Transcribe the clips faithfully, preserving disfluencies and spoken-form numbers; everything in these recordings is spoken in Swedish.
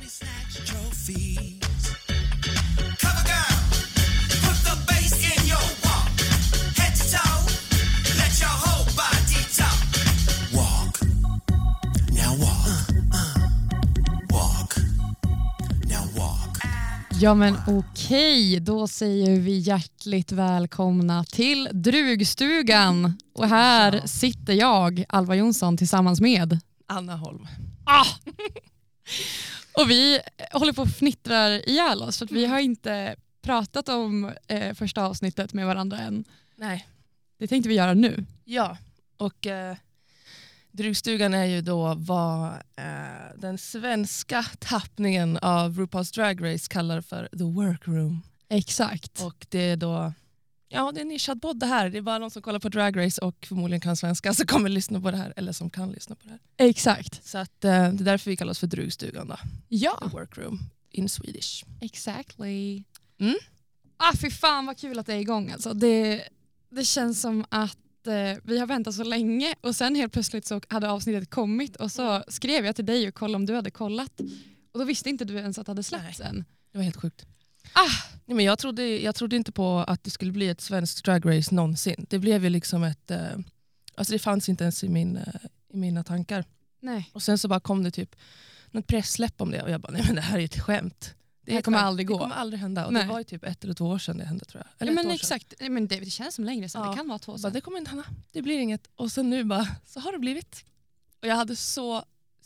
Ja men okej, då säger vi hjärtligt välkomna till Drugstugan. Och här ja. sitter jag, Alva Jonsson, tillsammans med Anna Holm. Ah! Och vi håller på att fnittrar ihjäl oss för att vi har inte pratat om eh, första avsnittet med varandra än. Nej. Det tänkte vi göra nu. Ja, och eh, Drugstugan är ju då vad eh, den svenska tappningen av RuPaul's Drag Race kallar för The Workroom. Exakt. Och det är då, ja det är en nischad podd det här. Det är bara någon som kollar på Drag Race och förmodligen kan svenska som kommer lyssna på det här. Eller som kan lyssna på det här. Exakt. Så att, eh, det är därför vi kallar oss för Drugstugan då. Ja. The Workroom in Swedish. Exactly. Mm. Ah, fy fan vad kul att det är igång. Alltså. Det, det känns som att vi har väntat så länge och sen helt plötsligt så hade avsnittet kommit och så skrev jag till dig och kollade om du hade kollat och då visste inte du ens att det hade släppts än. Det var helt sjukt. Ah. Nej, men jag, trodde, jag trodde inte på att det skulle bli ett svenskt drag race någonsin. Det blev ju liksom ett... Eh, alltså det fanns inte ens i, min, eh, i mina tankar. Nej. Och sen så bara kom det typ något pressläpp om det och jag bara, nej men det här är ett skämt. Det, det kommer aldrig gå. Det kommer aldrig hända. Och nej. det var ju typ ett eller två år sedan det hände tror jag. Eller ja, men år exakt. Sedan. Men det, det känns som längre sedan. Ja. Det kan vara två år sedan. Bara, det kommer inte hända. Det blir inget. Och sen nu bara, så har det blivit. Och jag hade så,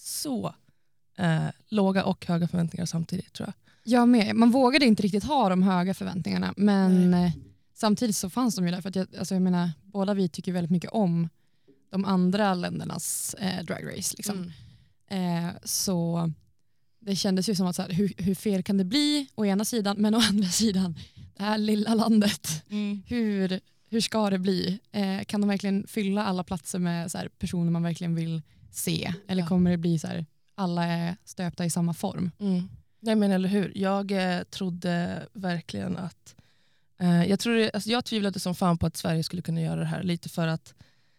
så eh, låga och höga förväntningar samtidigt tror jag. Jag med. Man vågade inte riktigt ha de höga förväntningarna. Men nej. Samtidigt så fanns de ju där. För att jag, alltså jag menar, båda vi tycker väldigt mycket om de andra ländernas eh, drag race. Liksom. Mm. Eh, så... Det kändes ju som att så här, hur, hur fel kan det bli å ena sidan men å andra sidan det här lilla landet. Mm. Hur, hur ska det bli? Eh, kan de verkligen fylla alla platser med så här, personer man verkligen vill se? Eller ja. kommer det bli så här alla är stöpta i samma form? Mm. Nej men eller hur? Jag eh, trodde verkligen att eh, jag, trodde, alltså, jag tvivlade som fan på att Sverige skulle kunna göra det här lite för att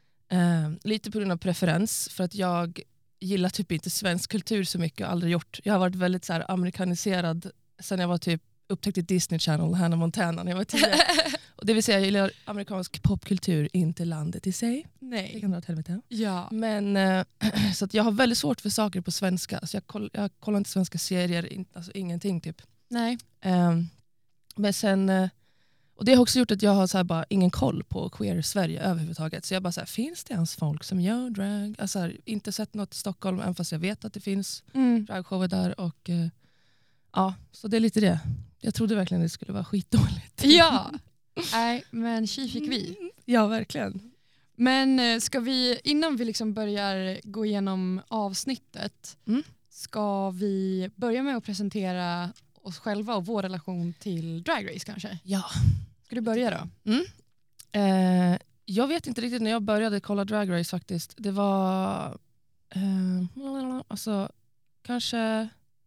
eh, lite på grund av preferens för att jag gillar typ inte svensk kultur så mycket och aldrig gjort. Jag har varit väldigt så här amerikaniserad sen jag var typ upptäckte Disney Channel, Hannah Montana när jag var tio. Och det vill säga jag gillar amerikansk popkultur, inte landet i sig. Nej. Det kan dra åt helvete. Ja. Men eh, så att jag har väldigt svårt för saker på svenska. Alltså jag, koll, jag kollar inte svenska serier, in, alltså ingenting typ. Nej. Um, men sen uh, och det har också gjort att jag har så här bara ingen koll på queer Sverige överhuvudtaget. Så jag bara så här, finns det ens folk som gör drag? Alltså här, inte sett något i Stockholm även fast jag vet att det finns mm. dragshower där. Och uh, ja, så det är lite det. Jag trodde verkligen det skulle vara skitdåligt. Ja, nej, men tji fick vi. Ja, verkligen. Men ska vi, innan vi liksom börjar gå igenom avsnittet, mm. ska vi börja med att presentera oss själva och vår relation till Drag Race kanske? Ja. Ska du börja då? Mm. Eh, jag vet inte riktigt när jag började kolla Drag Race faktiskt. Det var eh, alltså kanske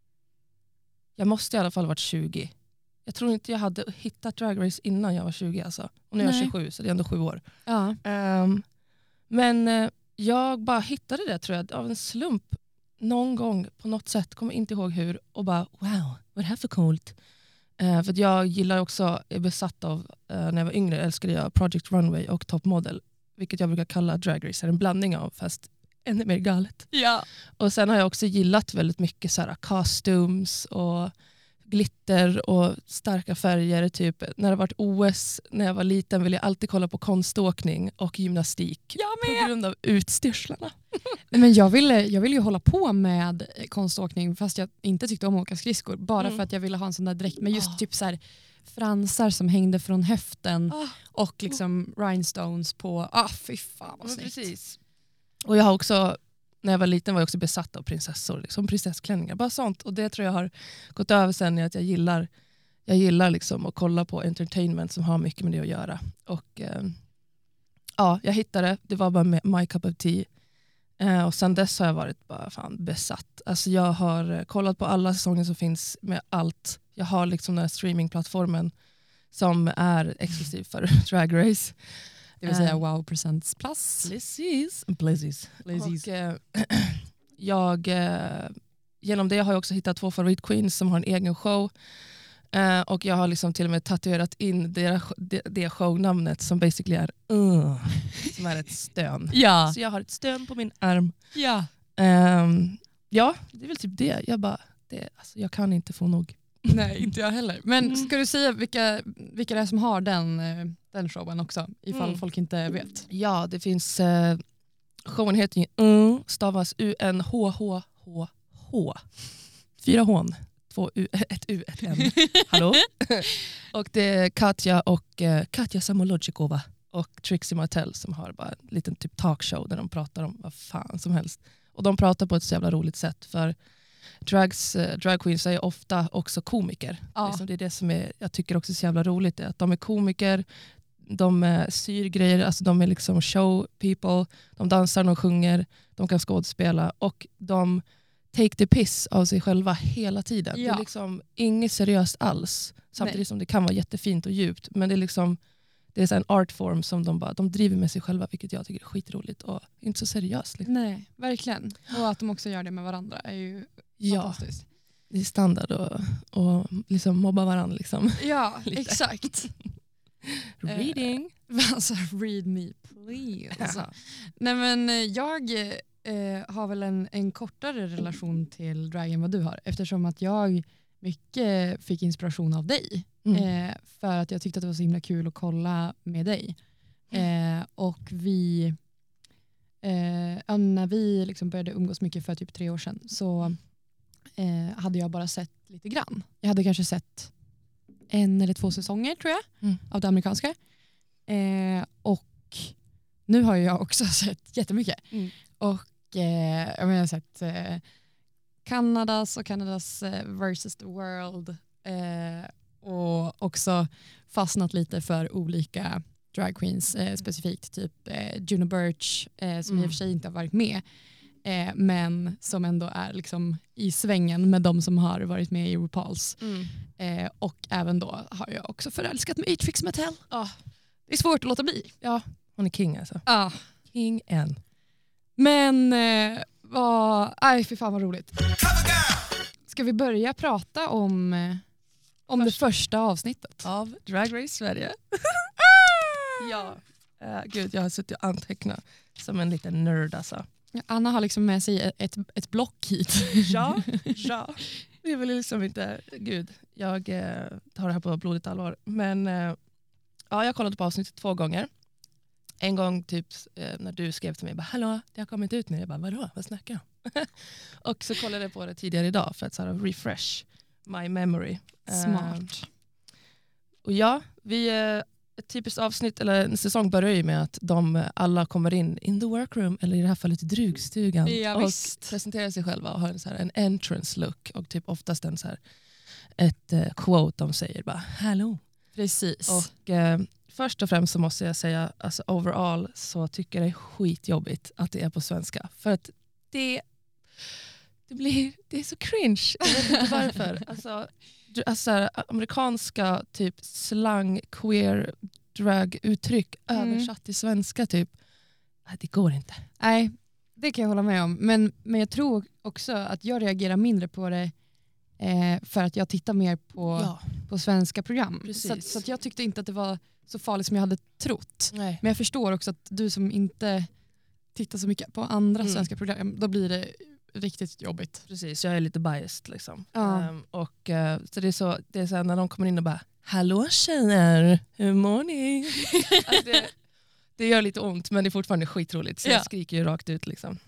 jag måste i alla fall varit tjugo. Jag tror inte jag hade hittat Drag Race innan jag var tjugo alltså. Och nu är jag tjugosju så det är ändå sju år. Ja. Um, men uh, jag bara hittade det tror jag av en slump någon gång på något sätt, kommer inte ihåg hur, och bara wow, vad är det här för coolt? Uh, för att jag gillar också, är besatt av, uh, när jag var yngre älskade jag Project Runway och Top Model, vilket jag brukar kalla Drag Race, är en blandning av fast ännu mer galet. Ja. Och sen har jag också gillat väldigt mycket så här costumes och glitter och starka färger typ. När det varit O S när jag var liten ville jag alltid kolla på konståkning och gymnastik på grund av utstyrslarna. Men jag ville, jag ville ju hålla på med konståkning fast jag inte tyckte om att åka skridskor. Bara mm. för att jag ville ha en sån där dräkt med just oh. typ så här fransar som hängde från höften oh. och liksom rhinestones på. Ah, fy fan vad snyggt. Precis. Och jag har också, när jag var liten var jag också besatt av prinsessor, liksom prinsessklänningar, bara sånt. Och det tror jag har gått över sen i att jag gillar, jag gillar liksom att kolla på entertainment som har mycket med det att göra. Och eh, ja, jag hittade, det var bara my cup of tea. Eh, och sen dess har jag varit bara fan besatt. Alltså jag har kollat på alla säsonger som finns med allt. Jag har liksom den här streamingplattformen som är exklusiv för Drag Race. Det vill säga uh, Wow Presents Plus. Precis. Precis. Och, eh, jag, eh, genom det har jag också hittat två favoritqueens som har en egen show. Uh, och jag har liksom till och med tatuerat in det, det, det shownamnet som basically är uh, som är ett stön. Ja. Så jag har ett stön på min arm. Ja. Um, ja, det är väl typ det. Jag bara, det, alltså, jag kan inte få nog. Nej, inte jag heller. Men Mm. ska du säga vilka, vilka det är som har den, den showen också, ifall Mm. folk inte vet? Ja, det finns... Uh, showen heter ju uh, stavas U N H H H H. Fyra H. Två U, ett U, ett N. Hallå? Och det är Katja och uh, Katja Samolodjikova och Trixie Martell som har bara en liten typ talkshow där de pratar om vad fan som helst. Och de pratar på ett så jävla roligt sätt för drags, uh, drag queens är ofta också komiker. Ja. Liksom det är det som är, jag tycker också är så jävla roligt, är att de är komiker, de uh, syr grejer, alltså de är liksom show people, de dansar, de sjunger, de kan skådespela och de take the piss av sig själva hela tiden. Ja. Det är liksom inget seriöst alls. Samtidigt Nej. som det kan vara jättefint och djupt. Men det är liksom det är så en artform som de bara de driver med sig själva, vilket jag tycker är skitroligt och inte så seriöst. Liksom. Nej, verkligen. Och att de också gör det med varandra är ju Ja, fantastiskt. det är standard och, och liksom mobba varandra. Liksom. Ja, Lite. exakt. Reading. Alltså, read me please. Alltså. Nej, men eh, jag eh, har väl en, en kortare relation till drag än vad du har. Eftersom att jag mycket fick inspiration av dig. Mm. Eh, för att jag tyckte att det var så himla kul att kolla med dig. Eh, och vi... Eh, när vi liksom började umgås mycket för typ tre år sedan så eh, hade jag bara sett lite grann. Jag hade kanske sett en eller två säsonger tror jag Mm. av det amerikanska. Eh, och nu har jag också sett jättemycket. Mm. Och eh, jag, menar, jag har sett eh, Kanadas och Kanadas eh, versus the world. Eh, och också fastnat lite för olika drag queens eh, specifikt. Typ eh, Juno Birch eh, som Mm. i och för sig inte har varit med. Eh, men som ändå är liksom i svängen med de som har varit med i RuPaul's. Mm. Eh, och även då har jag också förälskat mig i Trixie Mattel. Ah, Det är svårt att låta bli. ja, hon är king alltså. Ah. King en. Men eh, vad... Aj, fy fan vad roligt. Ska vi börja prata om, eh, om Först. det första avsnittet? Av Drag Race Sverige. Ja, uh, gud jag har suttit och antecknat som en liten nörd alltså. Anna har liksom med sig ett, ett block hit. Ja, ja. Det är väl liksom inte, gud, jag eh, tar det här på blodigt allvar. Men eh, ja, jag kollade på avsnittet två gånger. En gång typ eh, när du skrev till mig, bara, hallå, det har kommit ut nu. Jag bara, vadå, vad snackar du om? Och så kollade jag på det tidigare idag för att så här, refresh my memory. Smart. Eh, och ja, vi, eh, ett typiskt avsnitt, eller en säsong börjar ju med att de alla kommer in in the workroom, eller i det här fallet drugstugan, Ja, och visst. presenterar sig själva och har en, så här, en entrance look och typ oftast en, så här, ett eh, quote de säger bara, hallå. Precis. Och eh, först och främst så måste jag säga, alltså overall så tycker jag det är skitjobbigt att det är på svenska. För att det, det, blir, det är så cringe. Jag vet inte varför. Alltså, du- alltså, amerikanska typ slang, queer, drag-uttryck Mm. översatt till svenska typ. Nej, det går inte. Nej, det kan jag hålla med om. Men, men jag tror också att jag reagerar mindre på det eh, för att jag tittar mer på, Ja, på svenska program. Precis. Så, att, så att jag tyckte inte att det var så farligt som jag hade trott. nej. Men jag förstår också att du som inte tittar så mycket på andra Mm. svenska program, då blir det riktigt jobbigt. Precis, jag är lite biased liksom. Ja. Ehm, och eh, så det är så, det är så här, när de kommer in och bara, hallå tjejer, hur mår ni? Alltså det, det gör lite ont, men det är fortfarande skitroligt. Så Ja. jag skriker ju rakt ut liksom.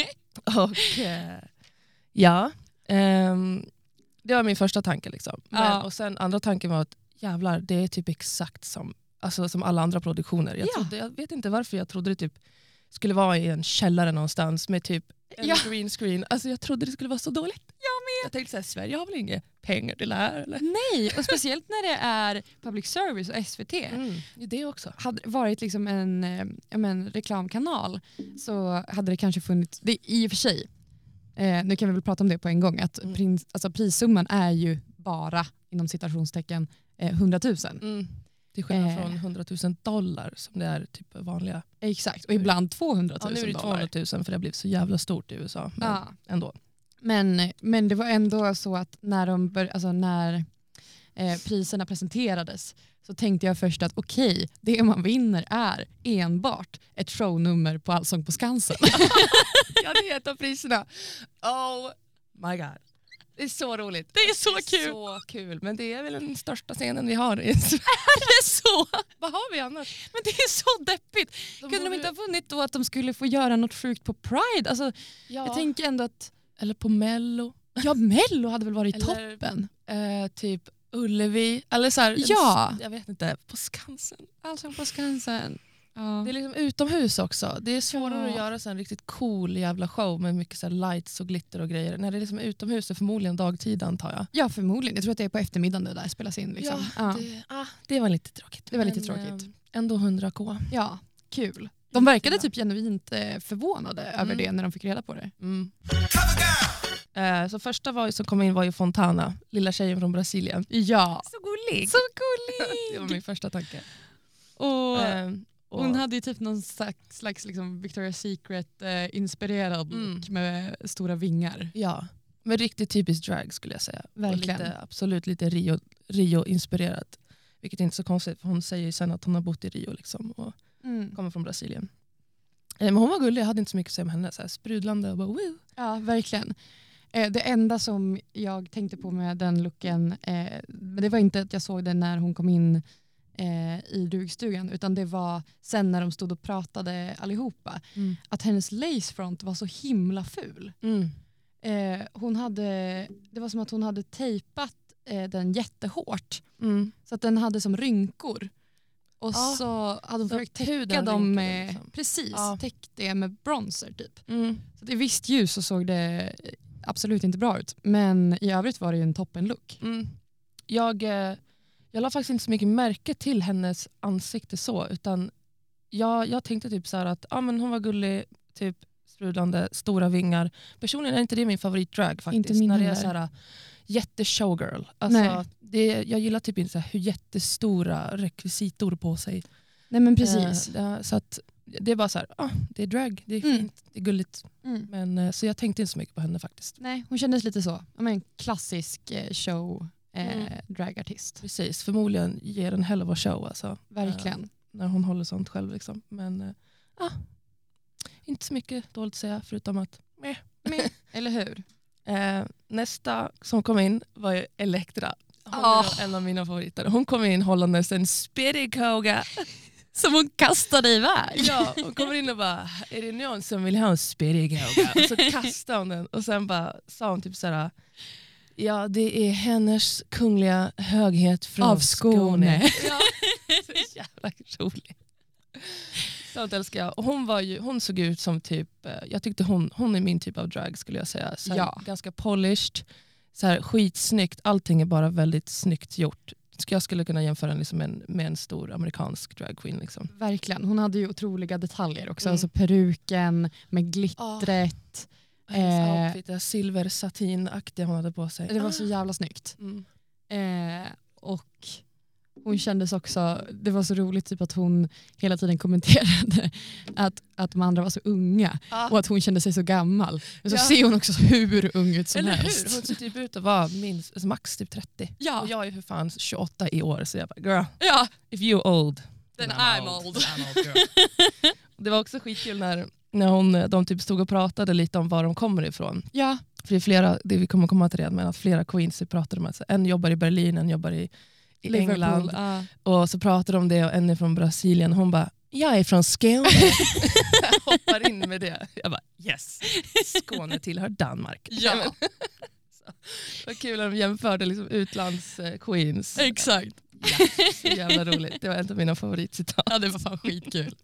Och eh, ja, ehm, det var min första tanke liksom. Men, Ja. och sen andra tanken var att jävlar, det är typ exakt som, alltså, som alla andra produktioner. Jag, Ja. trodde, jag vet inte varför jag trodde det typ skulle vara i en källare någonstans med typ en Ja. green screen. Alltså jag trodde det skulle vara så dåligt. Jag med. Jag tänkte så här, Sverige har väl inga pengar till det här eller? Nej, och speciellt när det är public service och S V T. Mm, det är det också. Hade det varit liksom en, eh, ja, men, reklamkanal så hade det kanske funnits, det, i och för sig, eh, nu kan vi väl prata om det på en gång, att Mm. prins, alltså, prissumman är ju bara inom citationstecken eh, hundratusen. Mm. Till skillnad Eh. från hundratusen dollar som det är typ vanliga. Exakt, och ibland Ja, tvåhundratusen nu är det dollar. tvåhundratusen för det har blivit så jävla stort i U S A. Men Ja. ändå. Men, men det var ändå så att när, de bör, alltså när eh, priserna presenterades så tänkte jag först att okej, okay, det man vinner är enbart ett shownummer på Allsång på Skansen. Ja, det är ett av priserna. Oh my god. Det är så roligt. Det är så det är kul. Så kul. Men det är väl den största scenen vi har. Är det så? Vad har vi annars? Men det är så deppigt. De Kunde borde... de inte ha vunnit då att de skulle få göra något sjukt på Pride? Alltså, ja. Jag tänker ändå att... Eller på Mello. Ja, Mello hade väl varit eller, toppen. Eh, typ Ullevi. Eller så här, ja. Jag vet inte. På Skansen. Allsång på Skansen. Ja. Det är liksom utomhus också. Det är svårare ja. att göra så en riktigt cool jävla show med mycket så här lights och glitter och grejer. När det är liksom utomhus är förmodligen dagtid, antar jag. Ja, förmodligen. Jag tror att det är på eftermiddagen det där spelas in. Liksom. Ja, ja. Det, ah, det var lite tråkigt. Det var lite Men, tråkigt. Eh, ändå hundra k. Ja, kul. De verkade typ genuint eh, förvånade mm. över det när de fick reda på det. Mm. Eh, så första var, som kom in var ju Fontana, lilla tjejen från Brasilien. Ja. Så gullig. Så gullig. Det var min första tanke. Och... Eh, Hon hade ju typ någon slags, slags liksom Victoria's Secret eh, inspirerad mm. look med stora vingar. Ja, men riktigt typiskt drag skulle jag säga. Verkligen. Och lite, absolut lite Rio, Rio-inspirerat. Vilket är inte så konstigt, för hon säger ju sen att hon har bott i Rio liksom, och mm. kommer från Brasilien. Eh, men hon var gullig, jag hade inte så mycket att säga om henne. Så här, sprudlande och bara woo. Ja, verkligen. Eh, det enda som jag tänkte på med den looken, eh, men det var inte att jag såg den när hon kom in Eh, i drugstugan, utan det var sen när de stod och pratade allihopa mm. att hennes lacefront var så himla ful. Mm. Eh, hon hade, det var som att hon hade tejpat eh, den jättehårt mm. så att den hade som rynkor och ja. så hade hon så försökt täcka dem med liksom. precis, ja. täckt det med bronzer typ. Mm. Så i visst ljus så såg det absolut inte bra ut, men i övrigt var det ju en toppen-look. Mm. Jag eh, Jag la faktiskt inte så mycket märke till hennes ansikte så, utan jag, jag tänkte typ så här att ah, men hon var gullig, typ sprudlande, stora vingar. Personligen är inte det min favoritdrag faktiskt. Inte min när det är så här jätte-showgirl. Alltså, det, jag gillar typ inte så här hur jättestora rekvisitor på sig. Nej men precis. Eh, så att det är bara så här, ah, det är drag, det är fint, mm. det är gulligt. Mm. Men, eh, så jag tänkte inte så mycket på henne faktiskt. Nej, hon kändes lite så. Jag menar, klassisk eh, show. Eh, mm. dragartist. Precis, förmodligen ger en hell of a show alltså. Verkligen. Eh, när hon håller sånt själv liksom. Men eh, ah, inte så mycket dåligt att säga förutom att meh. Meh. Eller hur? Eh, nästa som kom in var ju Elektra. Hon oh. är en av mina favoriter. Hon kom in hållandes en spirikoga som hon kastade iväg. Ja, hon kommer in och bara, är det någon som vill ha en spirikoga? Och så kastade hon den och sen bara sa hon typ såhär, ja, det är hennes kungliga höghet från av Skåne. Skåne. Ja, så jävla roligt. Sånt älskar jag. Och hon, var ju, hon såg ut som typ, jag tyckte hon, hon är min typ av drag skulle jag säga. Så ja. Ganska polished, så här, skitsnyggt. Allting är bara väldigt snyggt gjort. Jag skulle kunna jämföra den liksom en, med en stor amerikansk drag queen. Liksom. Verkligen. Hon hade ju otroliga detaljer också. Mm. Alltså peruken med glittret. Oh. Hennes outfit är silversatinaktiga hon hade på sig. Det var så jävla snyggt. Mm. Eh, och hon kändes också, det var så roligt typ att hon hela tiden kommenterade att, att de andra var så unga ah. och att hon kände sig så gammal. Men så ja. ser hon också hur ung ut som Eller helst. Hur? Hon ser typ ut att vara minst, alltså max typ trettio. Ja. Och jag är för fan tjugoåtta i år, så jag bara, girl, ja. if you're old, then I'm, I'm old. old. I'm old girl. Det var också skitkul när när hon, de typ stod och pratade lite om var de kommer ifrån. Ja. För det är flera, det vi kommer komma till det, men att flera queens pratade om att en jobbar i Berlin, en jobbar i, i England. Uh. Och så pratade de om det och en är från Brasilien. Hon bara, jag är från Skåne. Jag hoppar in med det. Jag bara, yes. Skåne tillhör Danmark. Ja. Så, det var kul att de jämförde liksom utlands uh, queens. Exakt. Ja, så jävla roligt. Det var en av mina favoritcitat. Ja, det var fan skitkul.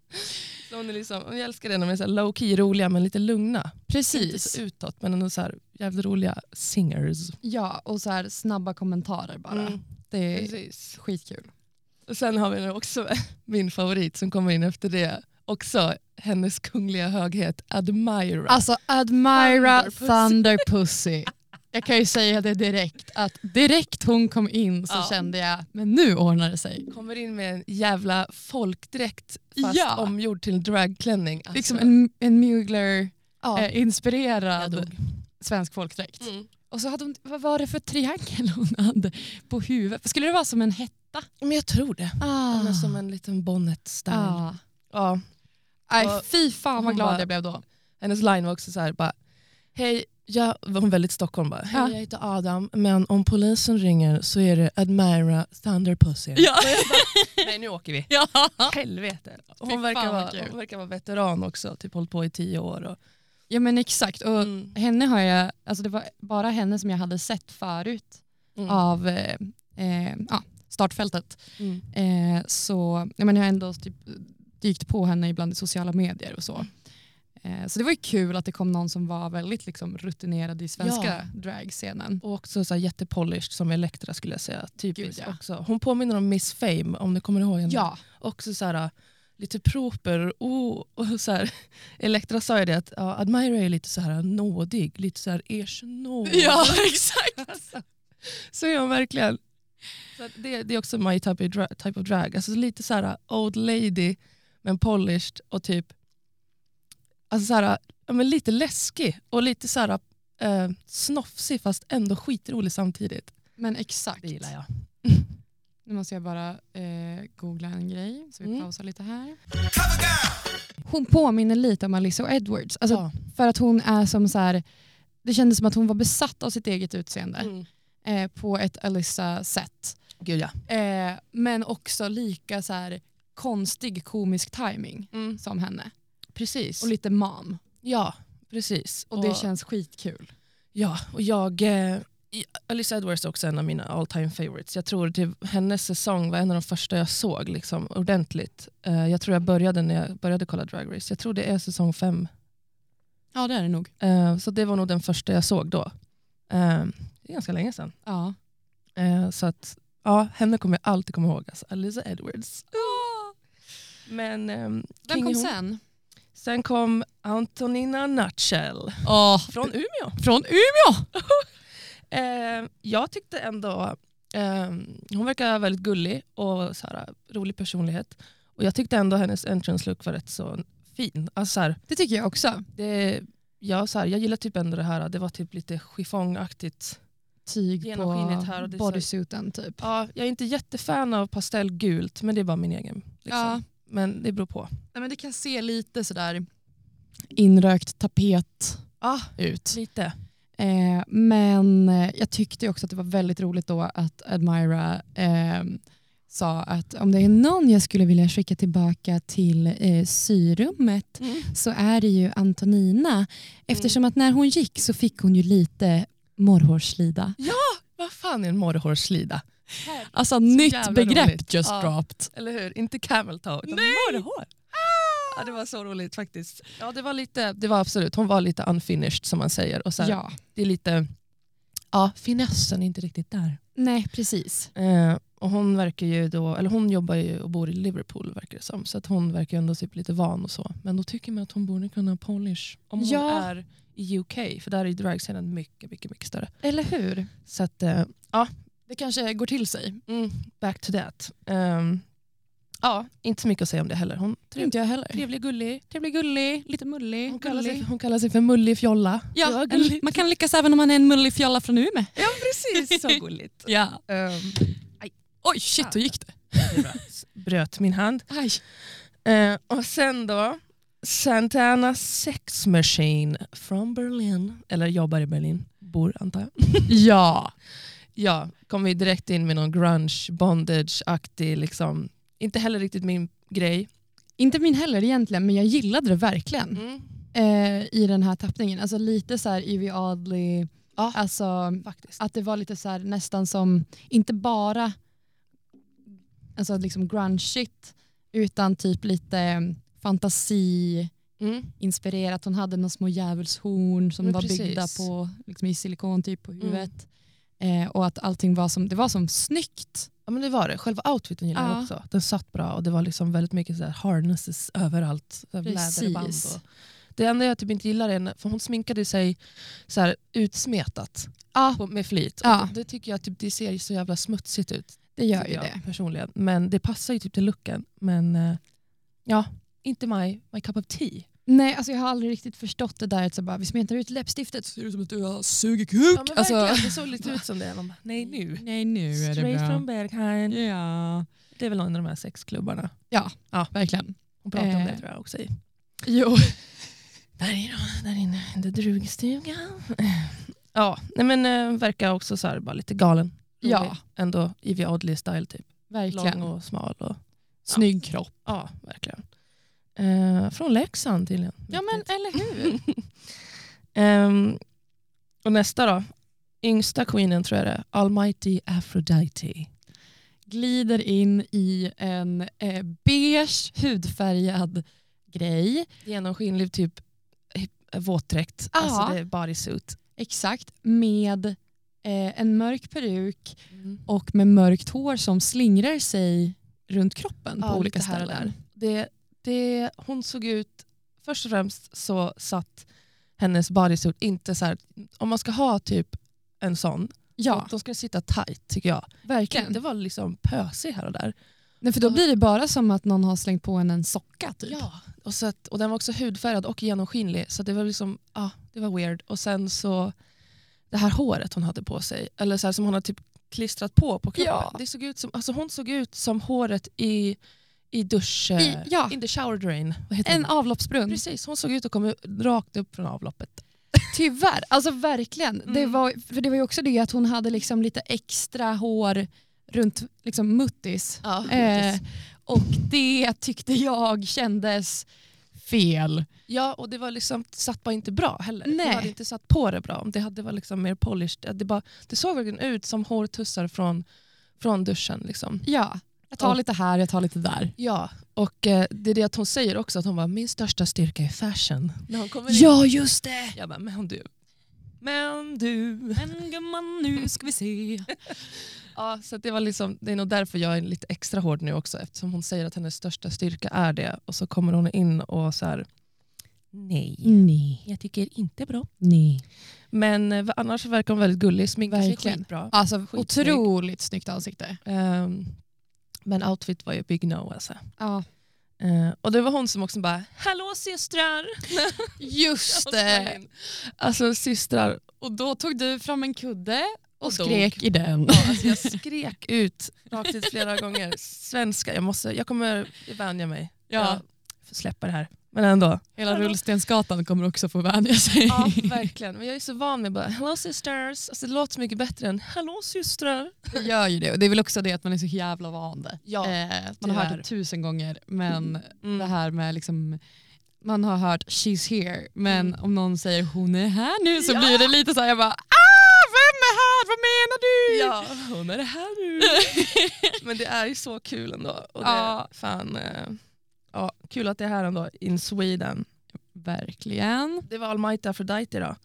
Så hon är liksom, jag älskar det när de är så low key roliga men lite lugna. Precis. Inte så utåt men ändå så här jävligt roliga singers. Ja, och så här snabba kommentarer bara. Mm. Det är Precis. skitkul. Och sen har vi nu också min favorit som kommer in efter det. Också hennes kungliga höghet Admira. Alltså Admira Thunderpussy. Thunderpussy. Jag kan ju säga det direkt, att direkt hon kom in så ja. kände jag, men nu ordnar det sig. Kommer in med en jävla folkdräkt fast ja. omgjord till dragklänning. Alltså. Liksom en, en Mugler ja. eh, inspirerad. svensk folkdräkt. Mm. Och så hade hon, vad var det för triangel hon hade på huvudet? Skulle det vara som en hetta? Men jag tror det. Ah. Men som en liten bonnet-style. Ah. Ja. Aj, Och fy fan vad hon glad bara- jag blev då. Hennes line var också så här, bara, hej, jag var hon väldigt Stockholm bara, hej Ja. jag heter Adam, men om polisen ringer så är det Admira Thunder Pussy. Ja. Och jag bara, nej nu åker vi. Ja. Helvete. Fy Hon verkar, fan vad vara, kul. hon verkar vara veteran också, typ hållit på i tio år. Och, Ja men exakt. Och mm. henne har jag, alltså det var bara henne som jag hade sett förut Mm. av eh, eh, ja, startfältet. Mm. Eh, så jag, menar, jag har ändå typ dykt på henne ibland i sociala medier och så. Eh, så det var ju kul att det kom någon som var väldigt liksom, rutinerad i svenska Ja. dragscenen. Och också så här jättepolished som Elektra skulle jag säga. Typiskt Gud, ja. också. Hon påminner om Miss Fame om du kommer ihåg henne. Ja, Också så här, lite proper. Oh, och så här, Elektra sa ju det att ja, Admira är lite så här nådig. Lite så här ersnåd. ja exakt. Alltså, så är hon verkligen. Så att det, det är också my type of, dra- type of drag. Alltså lite så här old lady men polished och typ alltså så här, ja, men lite läskig och lite så här eh, snofsig fast ändå skitrolig samtidigt. Men exakt. Det gillar jag. Nu måste jag bara eh, googla en grej så vi Mm. pausar lite här. Hon påminner lite om Alyssa Edwards. Alltså, Ja. För att hon är som så här, det kändes som att hon var besatt av sitt eget utseende Mm. eh, på ett Alyssa-sätt. Gud ja. Eh, men också lika så här konstig komisk timing Mm. som henne. Precis. Och lite mam. Ja, precis. Och det känns skitkul. Ja, och jag... Eh, i- Alyssa Edwards är också en av mina all time favorites. Jag tror typ hennes säsong var en av de första jag såg liksom, ordentligt. Eh, jag tror jag började när jag började kolla Drag Race. Jag tror det är säsong fem. Ja, det är det nog. Eh, så det var nog den första jag såg då. Eh, det är ganska länge sedan. Ja. Eh, så att, ja, henne kommer jag alltid komma ihåg. Alltså, Alyssa Edwards. Men ehm, Vem King kom är hon. sen? Sen kom Antonina Nutshell. Oh, Från Umeå. från Umeå! Eh, jag tyckte ändå eh, hon verkar väldigt gullig och så här, rolig personlighet. Och jag tyckte ändå hennes entrance look var rätt så fin. Alltså, så här, Det tycker jag också. det, jag, så här, jag gillar typ ändå det här. Det var typ lite chiffongaktigt. Tyg Genomskinligt på här och det är så- bodysuiten typ. Ja, jag är inte jättefan av pastellgult, men det är bara min egen. Liksom. Ja. Men det beror på. Nej, men det kan se lite sådär inrökt tapet Ah, ut. lite. Eh, men eh, jag tyckte också att det var väldigt roligt då att Admira eh, sa att om det är någon jag skulle vilja skicka tillbaka till eh, syrummet Mm. så är det ju Antonina. Eftersom att när hon gick så fick hon ju lite morrhårslida. Vad fan är en morrhårslida? Alltså nytt jävla begrepp roligt. just Ja. dropped. Eller hur? Inte camel toe, utan Nej! morrhår. Ja, det var så roligt faktiskt. Ja, det var lite, det var absolut, hon var lite unfinished som man säger. Och så här, Ja, det är lite, ja, finessen är inte riktigt där. nej precis. Eh, och hon verkar ju då, eller hon jobbar ju och bor i Liverpool verkar det som. Så att hon verkar ju ändå typ lite van och så. Men då tycker man att hon borde kunna polish om hon Ja. är i U K. För där är dragscenen mycket, mycket, mycket större. Eller hur? Så att, eh, ja, Det kanske går till sig. mm, back to that. Um, ja, inte så mycket att säga om det heller. Hon Tror inte jag heller. trevlig, gullig. Trevlig, gullig, lite mullig. Hon kallar, sig, gullig. hon kallar sig för Mullig Fjolla. Det Ja, var en, gulligt. man kan lyckas även om man är en mullig fjolla från Umeå. Ja, precis. Så gulligt. Ja. Um, Oj, shit, hur gick det? bröt min hand. Aj. Uh, och sen då, Santana Sex Machine från Berlin. Eller jobbar i Berlin. Bor, antar jag. Ja. Ja, kom vi direkt in med någon grunge, bondage-aktig, liksom. Inte heller riktigt min grej. Inte min heller egentligen, men jag gillade det verkligen Mm. eh, i den här tappningen. Alltså lite så här Evie Oddly, Ja, alltså faktiskt. att det var lite så här nästan som, inte bara alltså liksom grunge-shit, utan typ lite eh, fantasi-inspirerat. Mm. Hon hade några små djävulshorn som Men var precis. byggda på, liksom i silikon typ på Mm. huvudet. Eh, och att allting var som, det var som snyggt. Ja, men det var det. Själva outfiten gillade jag Ja. också. Den satt bra och det var liksom väldigt mycket så här harnesses överallt. Så här Precis. läderband och det enda jag typ inte gillar är, för hon sminkade sig så här utsmetat Ja, på, med flit. Ja. Och det, det tycker jag typ, det ser så jävla smutsigt ut. det gör tycker ju jag, det. personligen. Men det passar ju typ till looken. Men eh, ja, inte my, my cup of tea. Nej, alltså jag har aldrig riktigt förstått det där att så bara, vi smetar ut läppstiftet så ser det som att du har suger kuk. Ja, men alltså, verkligen, det såg lite ut som det. Man bara, nej nu. Nej, nu är det Straight bra. from Berghain. Ja. Det är väl någon av de här sexklubbarna. Ja, Ja. verkligen. Hon pratar om Eh. det tror jag också i. Jo. Där inne, där inne, den drugstugan. Ja, nej men äh, verkar också så här, bara lite galen. Ja. Ändå Ivy Oddly-style typ. Verkligen. Lång och smal. Och, Snygg kropp. ja, verkligen. Uh, från Leksand tydligen. Ja, men eller hur? um, och nästa då. Yngsta queenen tror jag det är. Almighty Aphrodite. Glider in i en eh, beige hudfärgad grej. Genomskinlig typ våtdräkt. Ja. Alltså det är bodysuit. Exakt. Med eh, en mörk peruk Mm. och med mörkt hår som slingrar sig runt kroppen Ja, på olika lite här och ställen. Det, det, hon såg ut, först och främst så satt hennes bodysuit inte så här, om man ska ha typ en sån, Ja, då, då ska den sitta tight tycker jag. verkligen. Det var liksom pösig här och där. Nej, för då blir det bara som att någon har slängt på en en socka typ. Ja, och, så att, och den var också hudfärgad och genomskinlig så det var liksom, ja, det var weird. Och sen så det här håret hon hade på sig, eller så här, som hon har typ klistrat på på kroppen. Ja. Det såg ut som, alltså hon såg ut som håret i, i dusch, I- ja. in the shower drain. Vad heter En det? avloppsbrunn. Precis, hon såg ut att komma rakt upp från avloppet. Tyvärr, alltså verkligen. Mm. Det var, för det var ju också det att hon hade liksom lite extra hår runt liksom muttis. Ja, Eh, och det tyckte jag kändes fel. ja, och det var liksom satt bara inte bra heller. Nej. Jag hade inte satt på det bra. Det hade var liksom mer polished. Det, bara, det såg verkligen ut som hårtussar från, från duschen. Liksom. Ja, jag tar Och- lite här, jag tar lite där. Ja, och eh, det är det att hon säger också att hon var min största styrka är fashion. När hon kommer in. Ja, just det! Jag bara, men du. Men du. Men gumman, nu ska vi se. Ja, så att det var liksom, det är nog därför jag är lite extra hård nu också. Eftersom hon säger att hennes största styrka är det. Och så kommer hon in och så här, nej, Nej, jag tycker inte bra. nej. Men eh, annars verkar hon väldigt gullig, sminkar sig Verkligen. skitbra. Alltså Skitsnygg. otroligt snyggt ansikte. Um, men outfit var ju big no alltså. Ja. Uh, och det var hon som också bara, hallå systrar! Just Och sprang det. in. Alltså systrar. Och då tog du fram en kudde och, Och skrek i den. Ja, alltså jag skrek ut rakt ut flera gånger. Svenska, jag, måste, jag kommer vänja mig. Ja. Jag får släppa det här. Men ändå. Hela Hallå. Rullstensgatan kommer också få vänja sig. Ja, verkligen. Men jag är så van med bara, hello sisters. Alltså, det låter så mycket bättre än, hallå systrar. Det gör ju det. Och det är väl också det att man är så jävla van det. Ja, eh, man har hört tyvärr. det tusen gånger. Men Mm. det här med liksom, man har hört she's here. Men Mm. om någon säger hon är här nu så Ja. blir det lite så här, jag bara, ah, vem är här? Vad menar du? Ja, hon är det här nu. Men det är ju så kul ändå. Och det Ja. är fan, eh, ja, kul att det är här ändå, in Sweden. Verkligen. Det var Almighty Aphrodite då.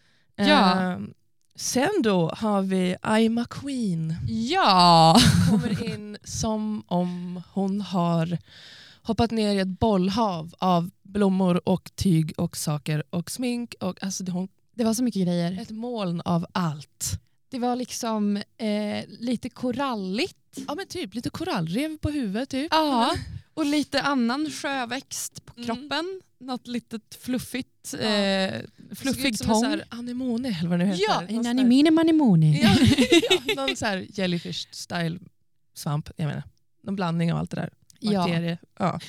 Ja. Eh, sen då har vi I'm a Queen. Ja. Kommer in som om hon har hoppat ner i ett bollhav av blommor och tyg och saker och smink. Och, alltså, det, hon, Det var så mycket grejer. ett moln av allt. Det var liksom eh, lite koralligt. Ja men typ lite korallrev på huvudet typ. Ja. Och lite annan sjöväxt på Mm. kroppen. Något litet fluffigt, Ja. eh, Det såg fluffig ut som en tång. så här anemone eller vad det nu heter. Ja, Någon en sån här- anemone manemone. Ja, ja, någon så här jellyfish style svamp, jag menar. Någon blandning av allt det där. Ja. Bakterier. Ja.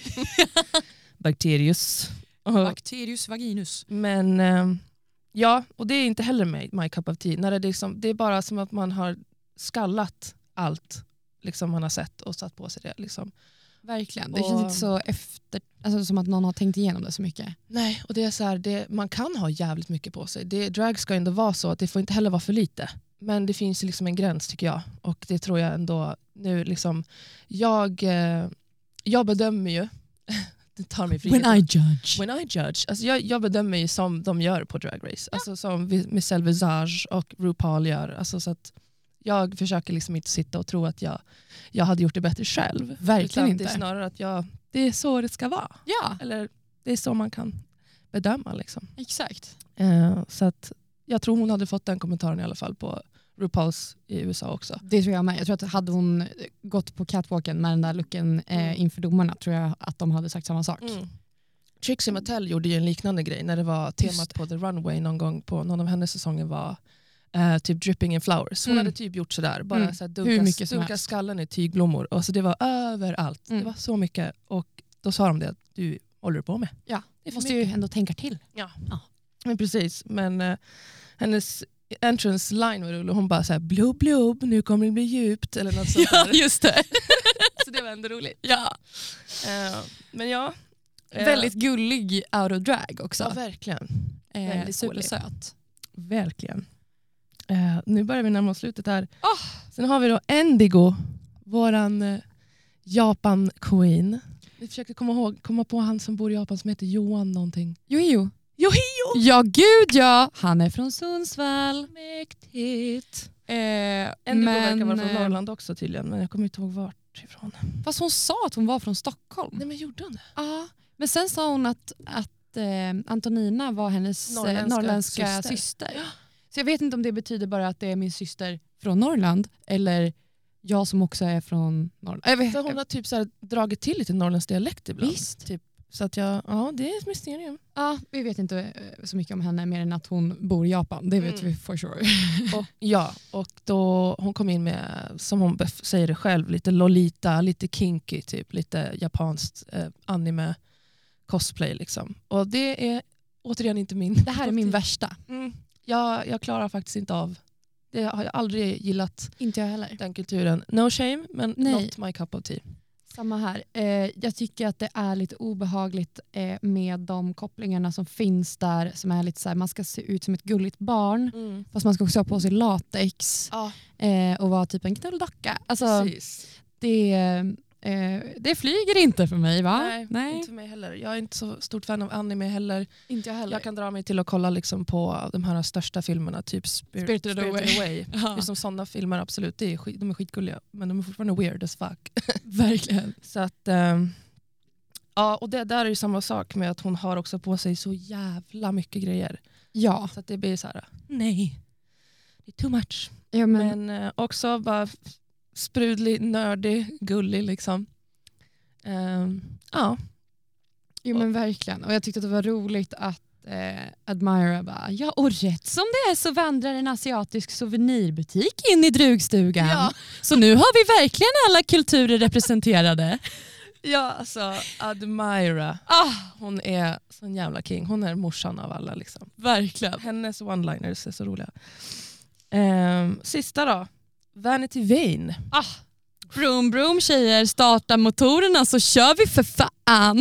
Bakterius. Och- Bacterius vaginus. Men eh, ja, och det är inte heller my, my cup of tea. När det, liksom, det är bara som att man har skallat allt liksom man har sett och satt på sig det. Liksom. Verkligen. Det Och- känns inte så efter, alltså som att någon har tänkt igenom det så mycket. Nej, och det är så här, det, man kan ha jävligt mycket på sig. Det, drag ska ändå vara så att det får inte heller vara för lite. Men det finns ju liksom en gräns tycker jag. Och det tror jag ändå nu liksom, jag, eh, jag bedömer ju, det tar mig friheten. When I judge. When I judge. Alltså jag, jag bedömer ju som de gör på Drag Race. Alltså som Vi- Michelle Visage och RuPaul gör. Alltså så att jag försöker liksom inte sitta och tro att jag, jag hade gjort det bättre själv. Verkligen Utan inte. Det är snarare att jag, det är så det ska vara. Ja, Eller det är så man kan bedöma. Liksom. exakt. Eh, så att jag tror hon hade fått den kommentaren i alla fall på RuPaul's i U S A också. Det tror jag med. Jag tror att hade hon gått på catwalken med den där looken eh, Mm. inför domarna tror jag att de hade sagt samma sak. Mm. Trixie Mattel gjorde ju en liknande grej när det var temat på The Runway någon gång på någon av hennes säsonger var uh, typ dripping in flowers. Hon mm. hade typ gjort sådär, bara mm. så här dunka, dunka skallen i tygblommor. Och så det var överallt. Mm. Det var så mycket. Och då sa de det att du håller på med. Ja, det måste mycket. Ju ändå tänka till. Ja, ja. Men precis. Men uh, hennes entrance line var rolig. Hon bara såhär, blub blub, nu kommer det bli djupt. Eller något sånt ja, där. just det. Så det var ändå roligt. Ja. Uh, men ja. Uh, Väldigt gullig out of drag också. Ja, verkligen. Uh, supersöt. Verkligen. Uh, nu börjar vi närma oss slutet här. Oh. Sen har vi då Endigo, våran uh, Japan-queen. Vi försöker komma, ihåg, komma på han som bor i Japan som heter Johan någonting. Yohio. Yohio! Ja, gud ja! Han är från Sundsvall. Mäktigt. Eh, Endigo men, verkar vara från Norrland också tydligen, men jag kommer inte ihåg vart ifrån. Fast hon sa att hon var från Stockholm. Nej, men gjorde hon det? Ja, men sen sa hon att, att eh, Antonina var hennes norrländska, norrländska syster. syster. Ja. Så jag vet inte om det betyder bara att det är min syster från Norrland eller jag som också är från Norrland. Jag vet, För hon har typ så här dragit till lite norrländsk dialekt ibland. Visst. Typ. Så att jag, ja, det är ett mysterium. Ja, vi vet inte så mycket om henne mer än att hon bor i Japan. Det vet mm. vi for sure. Och, ja, och då hon kom in med, som hon bef- säger det själv, lite Lolita, lite kinky, typ lite japanskt eh, anime cosplay liksom. Och det är återigen inte min. Det här är min värsta. Mm. Jag, jag klarar faktiskt inte av. Det har jag aldrig gillat. Inte jag heller. Den kulturen. No shame, men Nej. not my cup of tea. Samma här. Eh, jag tycker att det är lite obehagligt eh, med de kopplingarna som finns där. Som är lite så här, man ska se ut som ett gulligt barn. Mm. Fast man ska också ha på sig latex. Ja. Eh, och vara typ en knulldocka. Alltså, precis. Det, eh, det flyger inte för mig, va? Nej, Nej, inte för mig heller. Jag är inte så stort fan av anime heller. Inte jag heller. Jag kan dra mig till att kolla liksom på de här största filmerna, typ Spirit, Spirited Spirited Away. Away. Ja. Liksom sådana filmer, absolut. Det är skit, de är skitgulliga, men de är fortfarande weird as fuck. Verkligen. Så att, um, ja, och det där är ju samma sak med att hon har också på sig så jävla mycket grejer. Ja. Så att det blir så här, nej, det är too much. Ja, men Men uh, också bara sprudlig, nördig, gullig liksom. Um, ja. Jo men verkligen. Och jag tyckte att det var roligt att eh, Admira bara, ja och rätt som det är så vandrar en asiatisk souvenirbutik in i drugstugan. Ja. Så nu har vi verkligen alla kulturer representerade. Ja, alltså Admira. Ah, hon är sån jävla king. Hon är morsan av alla liksom. verkligen. Hennes one-liners är så roliga. Um, sista då. Vanity Vane. Ah, broom broom tjejer, starta motorerna så kör vi för fan.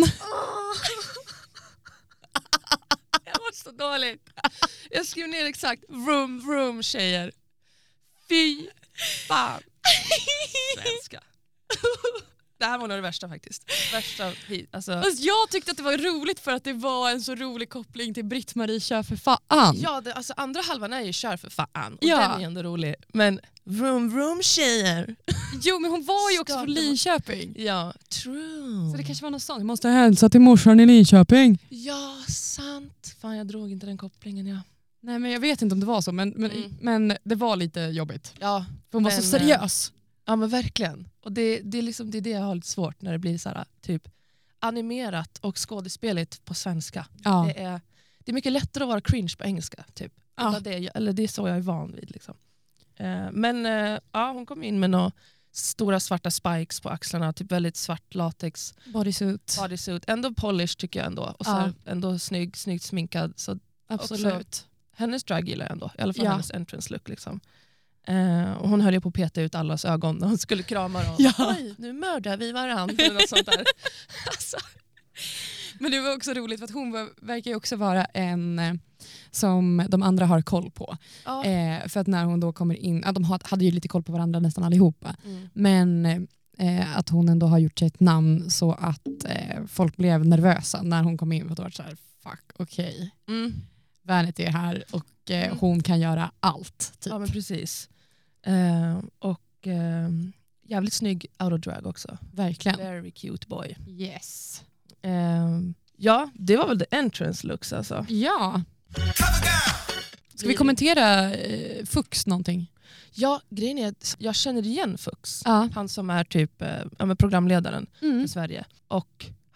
Jag var så dåligt. Jag skrev ner exakt vroom vroom tjejer. Fy fan. Svenska. Det här var nog det värsta faktiskt. Värsta, alltså. Alltså, jag tyckte att det var roligt för att det var en så rolig koppling till Britt-Marie kör för fan. Ja, det, alltså andra halvan är ju kör för fan. Och ja. Den är ändå rolig. Men vroom vroom tjejer. Jo, men hon var ju också från Linköping. Ja, true. Så det kanske var något sånt. Jag måste hälsa till morsan i Linköping. Ja, sant. Fan, jag drog inte den kopplingen, ja. Nej, men jag vet inte om det var så. Men, men, Mm. men det var lite jobbigt. Ja, för hon var men, så seriös. Ja, men verkligen. Och det, det, är liksom, det är det jag har lite svårt när det blir så här, typ animerat och skådespeligt på svenska. Ja. Det, är, det är mycket lättare att vara cringe på engelska. Typ. Ja. Det, eller det är så jag är van vid. Liksom. Eh, men eh, ja, hon kom in med några stora svarta spikes på axlarna. Typ väldigt svart latex. Bodysuit. Bodysuit. Ändå polish tycker jag ändå. Och så Ja. här, ändå snygg, snyggt sminkad. Så Absolut. också, hennes drag gillar jag ändå. I alla fall Ja. hennes entrance look. Liksom. Uh, och hon höll ju på att peta ut allas ögon när hon skulle krama dem. Ja. Oj, nu mördar vi varandra. Eller något sånt där. Alltså. Men det var också roligt för att hon var, verkar ju också vara en eh, som de andra har koll på. Ja. Eh, för att när hon då kommer in, ja, de hade ju lite koll på varandra nästan allihopa. Mm. Men eh, att hon ändå har gjort sig ett namn så att eh, folk blev nervösa när hon kom in. För att det var så här, fuck, okej. Okay. Mm. Vanity är här och eh, Mm. hon kan göra allt. Typ. Ja, men precis. Uh, och uh, jävligt snygg out of drag också. Verkligen. Very cute boy. Yes. Uh, ja, det var väl the entrance looks alltså. Ja. Ska vi kommentera eh, Fux någonting? Ja, grejen är att jag känner igen Fux. Ja. Han som är typ eh, ja, men programledaren Mm. för Sverige. Och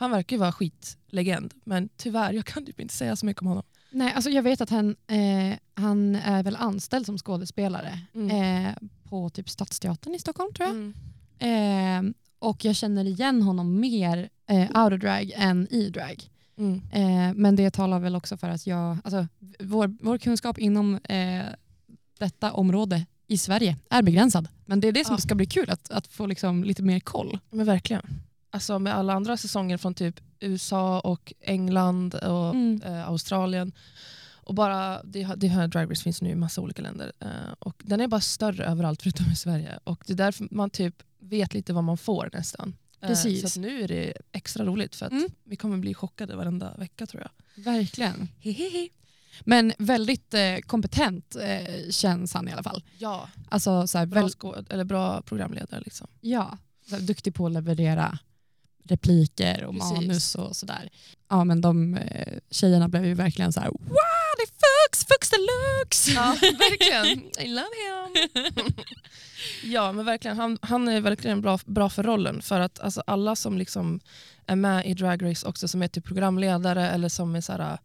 Han verkar ju vara skitlegend, men tyvärr, jag kan typ inte säga så mycket om honom. Nej, alltså jag vet att han, eh, han är väl anställd som skådespelare mm. eh, på typ Stadsteatern i Stockholm, tror jag. Mm. Eh, och jag känner igen honom mer eh, out of drag än i drag. Mm. Eh, men det talar väl också för att jag, alltså, vår, vår kunskap inom eh, detta område i Sverige är begränsad. Men det är det som ja. ska bli kul, att, att få liksom lite mer koll. Men verkligen. Alltså med alla andra säsonger från typ U S A och England och mm. eh, Australien. Och bara, det, det här Drag Race finns nu i massa olika länder. Eh, och den är bara större överallt förutom i Sverige. Och det är därför man typ vet lite vad man får nästan. Precis. Så att nu är det extra roligt för att mm. vi kommer bli chockade varenda vecka, tror jag. Verkligen. Hehehe. Men väldigt eh, kompetent eh, känns han i alla fall. Ja, alltså, så här, bra, väl... skåd, eller bra programledare. Liksom. Ja, så här, duktig på att leverera repliker och Precis. manus och sådär. Ja, men de eh, tjejerna blev ju verkligen så här: wow, det är Fuchs, Fuchs deluxe! Ja, verkligen. I love him. Ja, men verkligen. Han, han är verkligen bra, bra för rollen. För att alltså, alla som liksom är med i Drag Race också, som är typ programledare eller som är så här,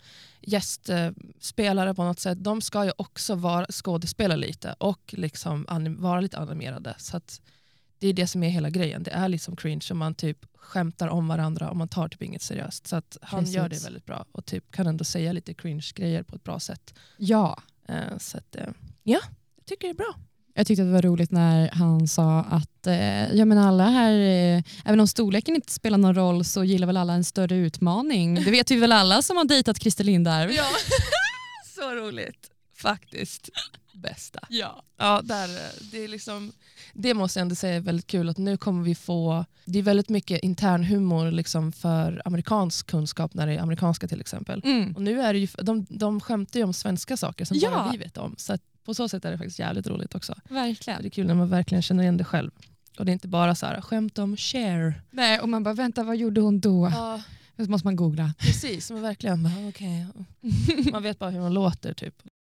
gästspelare på något sätt, de ska ju också vara skådespela lite och liksom anim- vara lite animerade. Så att det är det som är hela grejen. Det är liksom cringe och man typ skämtar om varandra och man tar typ inget seriöst. Så att han Precis. gör det väldigt bra och typ kan ändå säga lite cringe-grejer på ett bra sätt. Ja. Uh, så att, uh, ja, jag tycker det är bra. Jag tyckte att det var roligt när han sa att eh, jag menar alla här, eh, även om storleken inte spelar någon roll så gillar väl alla en större utmaning. Det vet vi väl alla som har dejtat Christer Lindarw. Ja, så roligt. Faktiskt. Bästa. Ja. Ja, där, det, är liksom, det måste jag ändå säga är väldigt kul att nu kommer vi få, det är väldigt mycket intern humor liksom för amerikansk kunskap när det är amerikanska till exempel. Mm. Och nu är det ju, de, de skämtar ju om svenska saker som ja. bara vi vet om. Så att på så sätt är det faktiskt jävligt roligt också. Verkligen. Det är kul när man verkligen känner igen det själv. Och det är inte bara så här skämt om Cher. Nej, och man bara vänta, vad gjorde hon då? Ja. Så måste man googla. Precis, men verkligen bara, okay. Man vet bara hur man låter typ.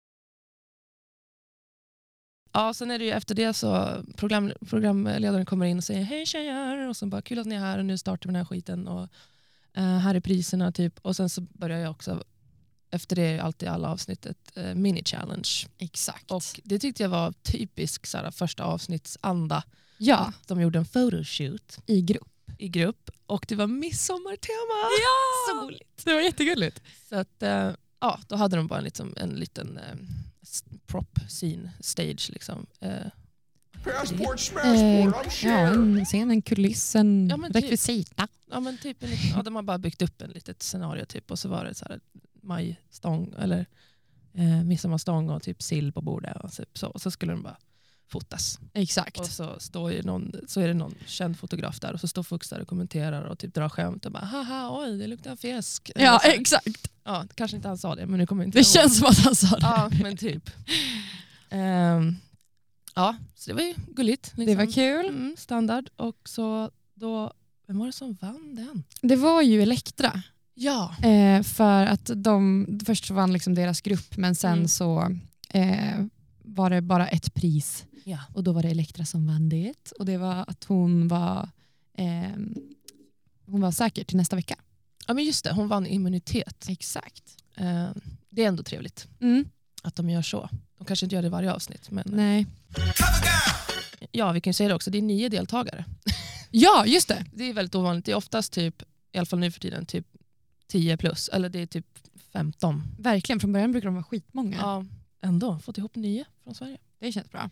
Ja, sen är det ju efter det så program, programledaren kommer in och säger hej tjejer och så bara kul att ni är här och nu startar vi den här skiten och uh, här är priserna typ. Och sen så börjar jag också efter det är alltid alla avsnittet uh, mini-challenge. Exakt. Och det tyckte jag var typisk såhär, första avsnittsanda. Ja. Att de gjorde en photoshoot. I grupp. I grupp. Och det var midsommartema. Ja! Så gulligt. Det var jättegulligt. Så att, uh, ja, då hade de bara liksom en liten uh, prop scene, stage liksom. Uh, Passport, smashboard, eh, ja, en scen, en kuliss, en ja, rekvisita. Typ, ja, men typ en liten, ja, de har bara byggt upp en litet scenario typ och så var det så här majstång eller eh, midsommarstång och typ sill på bordet och typ så. Och så skulle de bara fotas. Exakt. Och så, står ju någon, så är det någon känd fotograf där och så står Fuchs där och kommenterar och typ drar skämt och bara haha, oj, det luktar fisk. Ja, exakt. Ja, kanske inte han sa det, men nu kommer inte det känns som att han sa det. Ja, men typ. Um, ja, så det var ju gulligt. Liksom. Det var kul. Mm, standard. Och så då, vem var det som vann den? Det var ju Elektra. Ja. Eh, för att de, först så vann liksom deras grupp, men sen mm. så eh, var det bara ett pris. Ja. Och då var det Elektra som vann det. Och det var att hon var, eh, hon var säker till nästa vecka. Ja, men just det, hon vann immunitet. Exakt. Eh, det är ändå trevligt mm. att de gör så. De kanske inte gör det i varje avsnitt. Men... Nej. Ja, vi kan ju säga det också. Det är nio deltagare. Ja, just det. Det är väldigt ovanligt. Det är oftast typ, i alla fall nu för tiden, typ tio plus. Eller det är typ femton. Verkligen, från början brukar de vara skitmånga. Ja, ändå. Fått ihop nio från Sverige. Det känns bra.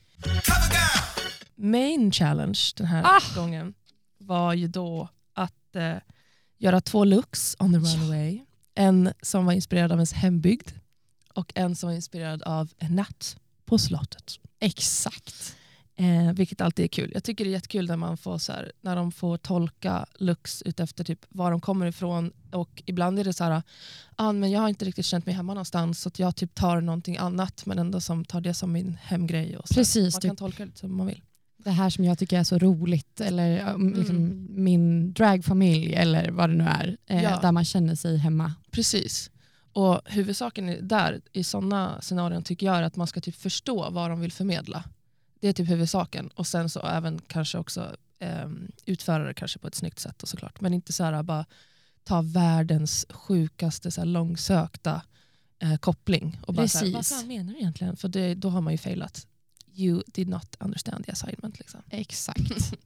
Main challenge den här ah! gången var ju då att eh, göra två looks on the runway. Ja. En som var inspirerad av ens hembygd och en som var inspirerad av en natt på slottet. Exakt. Eh, vilket alltid är kul. Jag tycker det är jättekul när man får så här, när de får tolka looks utefter typ var de kommer ifrån, och ibland är det så här, ah, men jag har inte riktigt känt mig hemma någonstans så att jag typ tar någonting annat men ändå som tar det som min hemgrej. Och så. Precis, man kan tolka det som man vill. Det här som jag tycker är så roligt, eller um, liksom mm. min dragfamilj eller vad det nu är, eh, ja. Där man känner sig hemma. Precis. Och huvudsaken är där i sådana scenarion tycker jag är att man ska typ förstå vad de vill förmedla. Det är typ huvudsaken. Och sen så även kanske också eh, utföra det kanske på ett snyggt sätt och såklart. Men inte så här bara ta världens sjukaste så här, långsökta eh, koppling. Och bara så här, vad fan menar du egentligen? För det, då har man ju failat. You did not understand the assignment. Liksom. Exakt.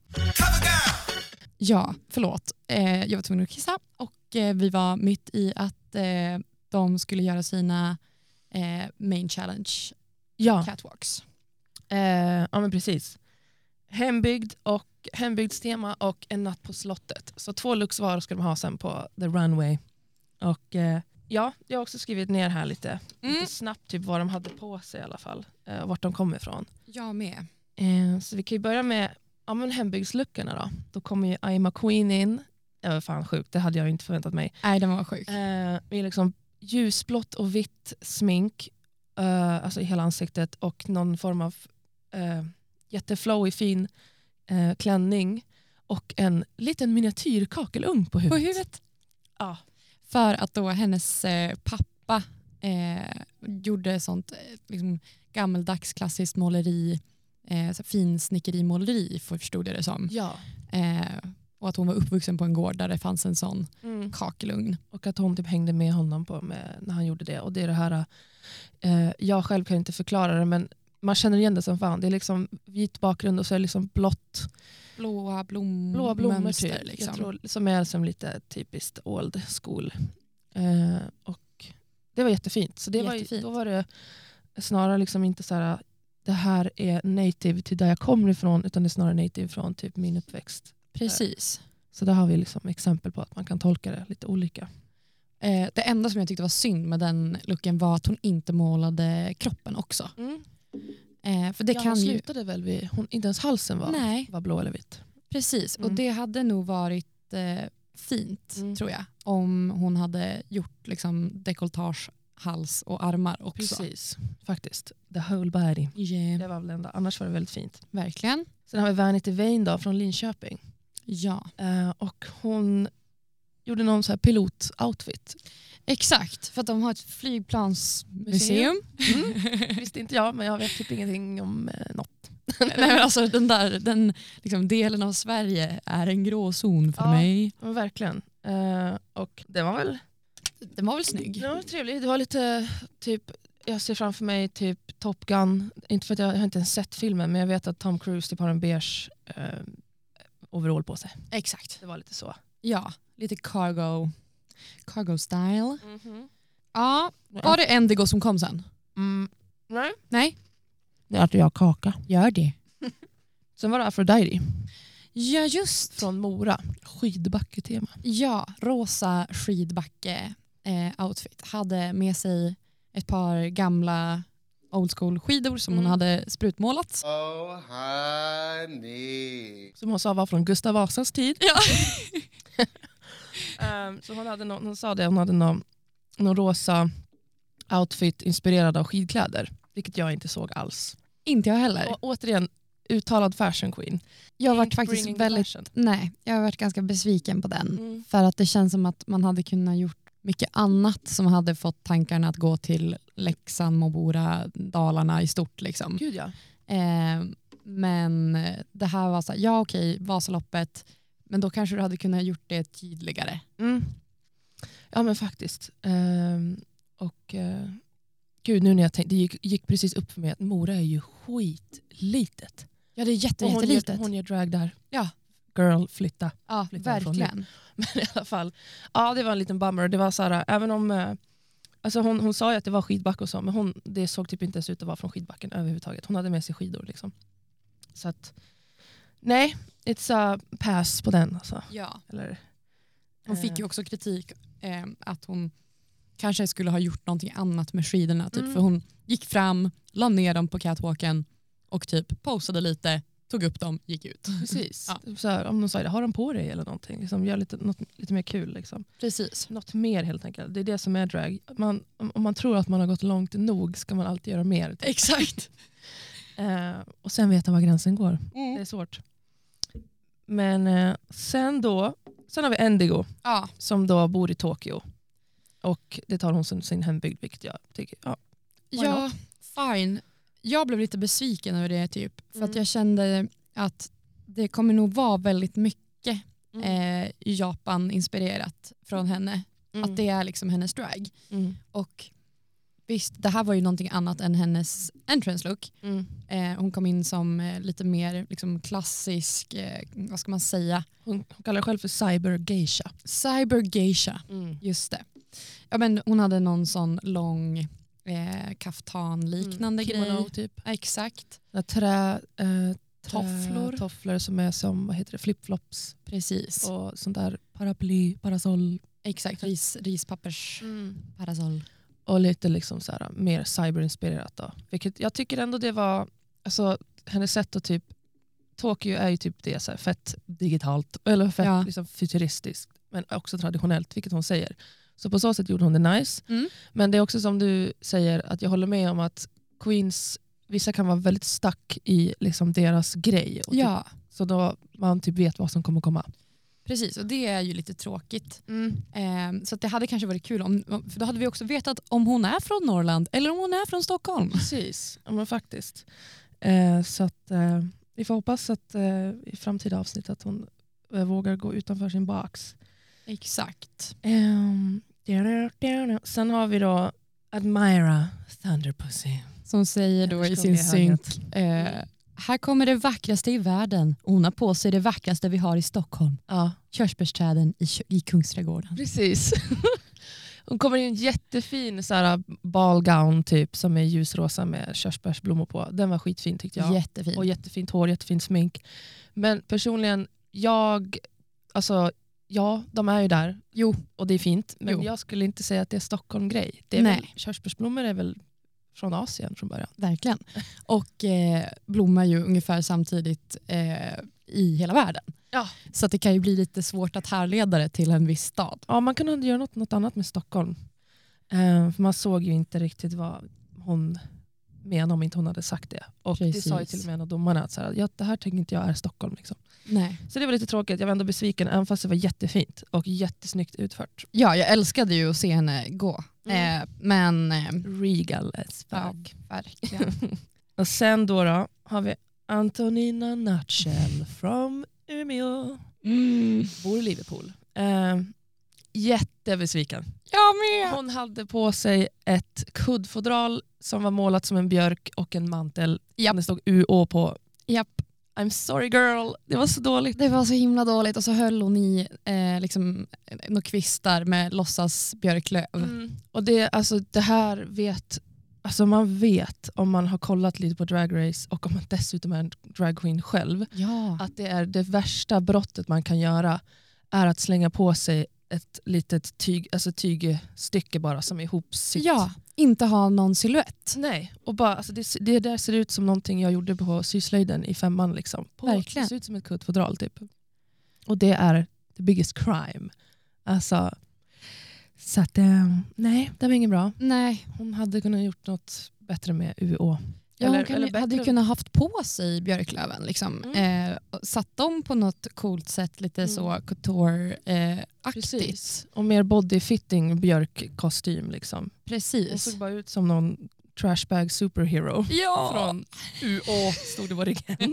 Ja, förlåt. Eh, jag var tvungen att kissa och eh, vi var mitt i att eh, de skulle göra sina eh, main challenge ja. catwalks. Eh, ja men precis. Hembygd och hembygdstema och en natt på slottet. Så två looks var ska de ha sen på the runway. Och eh, ja, jag har också skrivit ner här lite, mm. lite snabbt typ vad de hade på sig i alla fall. Eh, vart de kommer ifrån. Jag med. Eh, så vi kan ju börja med ja, men hembygdsluckarna då. Då kommer ju I'm a Queen in. Det var fan sjukt, det hade jag inte förväntat mig. Nej, den var sjuk. Eh, med liksom ljusblått och vitt smink. Eh, alltså i hela ansiktet. Och någon form av eh, jätteflowy fin eh, klänning. Och en liten miniatyrkakelugn på huvudet. På huvudet? Ja. För att då hennes eh, pappa eh, gjorde sånt eh, liksom, gammeldags klassiskt måleri. Eh, så finsnickerimåleri förstod jag det som. Ja. Eh, och att hon var uppvuxen på en gård där det fanns en sån mm. kakelugn. Och att hon typ hängde med honom på med, när han gjorde det. Och det är det här, eh, jag själv kan inte förklara det men man känner igen det som fan. Det är liksom vit bakgrund och så är det liksom blått. Blåa, blom, Blåa blommor mönster, typ, liksom. jag tror, som är som lite typiskt old school. Eh, och det var jättefint. Så det jättefint. Var, då var det snarare liksom inte så här det här är native till där jag kommer ifrån utan det är snarare native från typ min uppväxt. Precis. Så där har vi liksom exempel på att man kan tolka det lite olika. Eh, det enda som jag tyckte var synd med den looken var att hon inte målade kroppen också. Mm. Eh, för det ja, kan hon ju... slutade väl vid, hon, inte ens halsen var, Nej. var blå eller vitt. Precis, Mm. och det hade nog varit eh, fint mm. tror jag. Om hon hade gjort liksom dekolletage, hals och armar också. Precis, faktiskt. The whole body. Yeah. Det var väl enda. Annars var det väldigt fint. Verkligen. Sen har vi Vanity Vane då, från Linköping. Ja. Uh, och hon gjorde någon så här pilotoutfit. Exakt, för att de har ett flygplansmuseum. Mm. Visste inte jag, men jag vet typ ingenting om eh, något. Nej, men alltså, den där den, liksom, delen av Sverige är en gråzon för ja, mig. Ja, verkligen. Uh, och det var väl... Den var väl snygg? Det var trevligt. Det var lite typ... Jag ser framför mig typ Top Gun. Inte för att jag, jag har inte ens sett filmen, men jag vet att Tom Cruise typ har en beige uh, overall på sig. Exakt. Det var lite så. Ja, lite cargo, cargo style. Mm-hmm. Ja, var det Endigo som kom sen? Mm. Nej. Nej. Det är jag kaka. Gör det. Sen var det Aphrodite. Ja, just. Från Mora. Skidbacke-tema. Ja, rosa skidbacke eh, outfit. Hade med sig ett par gamla old school skidor som mm. hon hade sprutmålat. Oh, honey. Som hon sa var från Gustav Vasas tid. Ja. um, så hon, hade no- hon sa det, hon hade någon, någon rosa outfit inspirerad av skidkläder. Vilket jag inte såg alls. Inte jag heller. Och återigen, uttalad fashion queen. Jag har varit faktiskt väldigt, nej, jag har varit ganska besviken på den. Mm. För att det känns som att man hade kunnat gjort mycket annat som hade fått tankarna att gå till Leksand, Mobora, Dalarna i stort. Liksom. Gud ja. Eh, men det här var så här, ja okej, Vasaloppet, men då kanske du hade kunnat gjort det tydligare. Mm. Ja men faktiskt. Um, och uh, gud, nu när jag tänkte, det gick, gick precis upp för mig att Mora är ju skitlitet. Ja, det är jätte, hon jättelitet. Gör, hon gör drag där. Ja. Girl, flytta. Ja, flytta verkligen. Men i alla fall, ja det var en liten bummer. Det var så här, även om, uh, alltså hon, hon sa ju att det var skidback och så, men hon, det såg typ inte ens ut att vara från skidbacken överhuvudtaget. Hon hade med sig skidor liksom. Så att, nej, it's a pass på den alltså. Ja. Eller, hon eh. fick ju också kritik eh, att hon kanske skulle ha gjort någonting annat med skidorna. Typ, mm. För hon gick fram, la ner dem på catwalken och typ posade lite, tog upp dem, gick ut. Precis. Ja. Så här, om de säger, har de på dig eller någonting? Liksom, gör lite, något, lite mer kul. Liksom. Precis. Något mer helt enkelt. Det är det som är drag. Man, om, om man tror att man har gått långt nog ska man alltid göra mer. Typ. Exakt. uh, och sen veta var gränsen går. Mm. Det är svårt. Men uh, sen då, sen har vi Endigo Ja. som då bor i Tokyo. Och det tar hon som sin hembygd, vilket jag tycker, ja. Ja, fine. Jag blev lite besviken över det typ. För Mm. att jag kände att det kommer nog vara väldigt mycket mm. eh, Japan-inspirerat från henne. Mm. Att det är liksom hennes drag. Mm. Och visst, det här var ju någonting annat än hennes entrance look. Mm. Eh, hon kom in som eh, lite mer liksom, klassisk, eh, vad ska man säga? Hon, hon kallar själv för cyber geisha. Cyber geisha, Mm. just det. Ja, men hon hade någon sån lång eh, kaftan-liknande mm. grej. Kimono, typ. Ja, exakt. Trä, eh, Tofflor. tofflor som är som vad heter det, flipflops. Precis. Och sånt där paraply, parasoll. Exakt, Ris, rispappers parasoll. Och lite liksom så här, mer cyberinspirerat då. Vilket jag tycker ändå det var, alltså hennes sätt att typ, Tokyo är ju typ det så här, fett digitalt eller fett Ja. liksom futuristiskt men också traditionellt, vilket hon säger. Så på så sätt gjorde hon det nice. Mm. Men det är också som du säger att jag håller med om att Queens, vissa kan vara väldigt stuck i liksom deras grej. Och Ja, typ, så då man typ vet vad som kommer komma. precis. Och det är ju lite tråkigt. Mm. Eh, så att det hade kanske varit kul om, för då hade vi också vetat om hon är från Norrland eller om hon är från Stockholm. Precis, ja, men faktiskt. Eh, så att eh, vi får hoppas att eh, i framtida avsnitt att hon eh, vågar gå utanför sin box. Exakt. Um, sen har vi då Admira Thunderpussy. Som säger då i sin synk, eh, här kommer det vackraste i världen. Hon har på sig det vackraste vi har i Stockholm. Ja, Körsbärsträden i, i Kungsträdgården. precis. Hon kommer i en jättefin så här, ballgown typ som är ljusrosa med körsbärsblommor på. Den var skitfin tyckte jag. Jättefin. Och jättefint hår, jättefint smink. Men personligen, jag, alltså ja, de är ju där. Jo. Och det är fint. Men Jo. jag skulle inte säga att det är Stockholm-grej. Det är Nej. väl, körsbärsblommor är väl från Asien från början. Verkligen. Och eh, blommar ju ungefär samtidigt eh, i hela världen. Ja. Så att det kan ju bli lite svårt att härleda det till en viss stad. Ja, man kan göra något, något annat med Stockholm. Eh, för man såg ju inte riktigt vad hon menade om inte hon hade sagt det. Och Precis. det sa ju till och med en av domarna att så här, ja, det här tänker inte jag är Stockholm. Liksom. Nej. Så det var lite tråkigt. Jag var ändå besviken även fast det var jättefint och jättesnyggt utfört. Ja, jag älskade ju att se henne gå. Mm. Eh, men... Eh, Regal as ja, fuck. verkligen. Och sen då, då har vi Antonina Nutshell from Umeå. Mm. Bor i Liverpool. Eh, jättebesviken. Jag med! Hon hade på sig ett kuddfodral som var målat som en björk och en mantel. Japp. Det stod U Å på. Japp. I'm sorry girl. Det var så dåligt. Det var så himla dåligt och så höll hon i eh, liksom, några kvistar med låtsas björklöv. Mm. Och det, alltså, det här vet... Alltså man vet om man har kollat lite på Drag Race och om man dessutom är en dragqueen själv Ja. att det är det värsta brottet man kan göra är att slänga på sig ett litet tyg, alltså tygstycke bara som är ihopsytt. ja, inte ha någon silhuett. Nej, och bara, alltså det, det där ser ut som någonting jag gjorde på syslöjden i femman. Liksom. På, Verkligen. Det ser ut som ett kuddfodral typ. Och det är the biggest crime. Alltså, så att, eh, nej, det var inget bra. Nej. Hon hade kunnat gjort något bättre med U Å. Ja, hon kan, bättre- hade ju kunnat haft på sig björklöven. Liksom. Mm. Eh, och satt dem på något coolt sätt, lite Mm. så couture-aktigt. Precis. Och mer bodyfitting björkkostym. Liksom. Precis. Hon såg bara ut som någon trashbag superhero. Ja! Från U Å stod det på ryggen.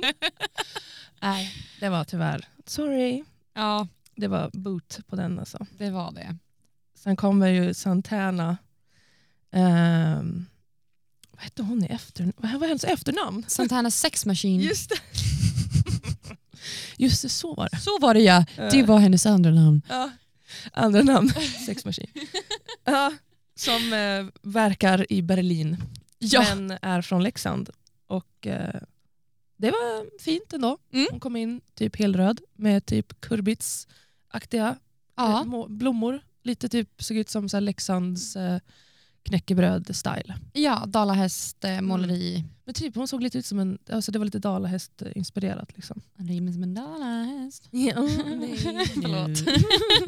Nej, det var tyvärr. Sorry. Ja, Det var boot på den alltså. det var det. Sen kommer ju Santana. Um, vad hette hon i efter, vad var hennes efternamn? Santana Sex Machine. Just det. Just det, så var det. Så var det ja. Det var hennes andra namn. Ja. Andra namn. Sex Machine. Ja, som eh, verkar i Berlin. Ja. Men är från Leksand. Och eh, det var fint ändå. Mm. Hon kom in typ helröd med typ kurbits-aktiga Ja. eh, må- blommor. Lite typ såg ut som så här Leksands eh, knäckebröd-style. Ja, dalahäst, eh, måleri. Men typ hon såg lite ut som en, alltså det var lite dalahäst-inspirerat liksom. Han rimmar som en dalahäst. Ja, nej, Förlåt.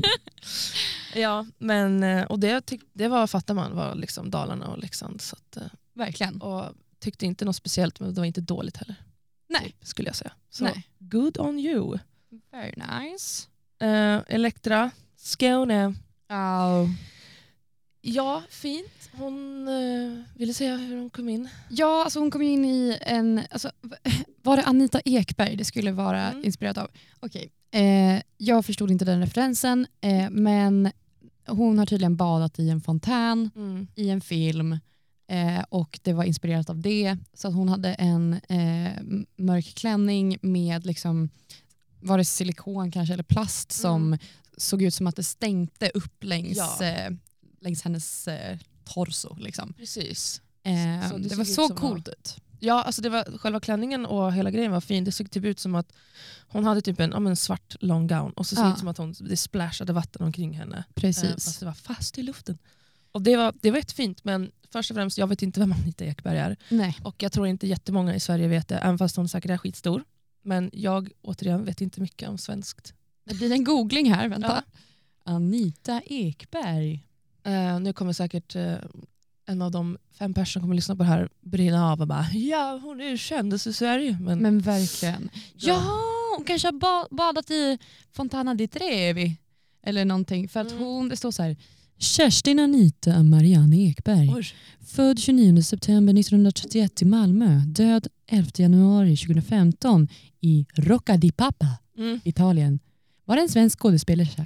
Ja, men eh, och det, tyck, det var, fattar man var liksom Dalarna och Leksand. Så att, eh, Verkligen. och tyckte inte något speciellt, men det var inte dåligt heller. Nej. Typ, skulle jag säga. Så Nej. good on you. Very nice. Uh, Elektra, Skåne. Oh. Ja, fint. Hon uh, ville säga hur hon kom in. Ja, alltså hon kom in i en... Alltså, var det Anita Ekberg det skulle vara Mm. inspirerat av? Okej, Eh, jag förstod inte den referensen, eh, men hon har tydligen badat i en fontän Mm. i en film eh, och det var inspirerat av det. Så att hon hade en eh, mörk klänning med liksom, var det silikon kanske eller plast som Mm. såg ut som att det stänkte upp längs, Ja. eh, längs hennes eh, torso. Liksom. Precis. Eh, Så det det såg var ut så som coolt ut. Ja, alltså det var, själva klänningen och hela grejen var fin. Det såg typ ut som att hon hade typ en, ja, men svart long gown och så såg det Ja. ut som att hon, det splashade vatten omkring henne. Eh, Precis. fast det var fast i luften. Och det var, det var jättefint, men först och främst, jag vet inte vem Anita Ekberg är. Nej. Och jag tror inte jättemånga i Sverige vet det, även fast hon säkert är skitstor. Men jag, återigen, vet inte mycket om svenskt. Det blir en googling här, vänta. Ja. Anita Ekberg. Eh, nu kommer säkert eh, en av de fem personer som kommer lyssna på det här brinna av och bara, ja, hon är kändis i Sverige. Men, Men verkligen. Ja. Ja, hon kanske har ba- badat i Fontana di Trevi. Eller någonting. För att Mm. hon, det står så här. Kerstin Anita Marianne Ekberg. oj, Född tjugonionde september nittonhundratrettioett i Malmö. Död elfte januari tjugohundrafemton i Rocca di Papa, mm. Italien. Var en svensk skådespelerska.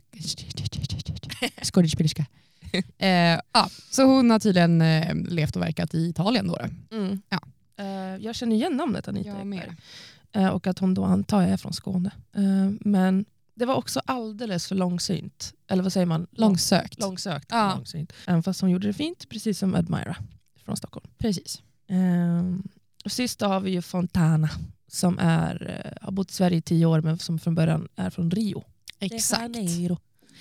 Skådespelerska. eh, ja, så hon har tydligen eh, levt och verkat i Italien då. då. Mm. Ja. Eh, jag känner igen namnet Anita Jag Ekberg. med. Eh, och att hon då antar jag är från Skåne. Eh, men det var också alldeles för långsynt. Eller vad säger man? Långsökt. Långsökt. Ja. Långsynt. Även fast hon gjorde det fint, precis som Admira från Stockholm. Precis. Eh, och sist då har vi ju Fontana som är, eh, har bott i Sverige i tio år men som från början är från Rio. Exakt. De Janeiro.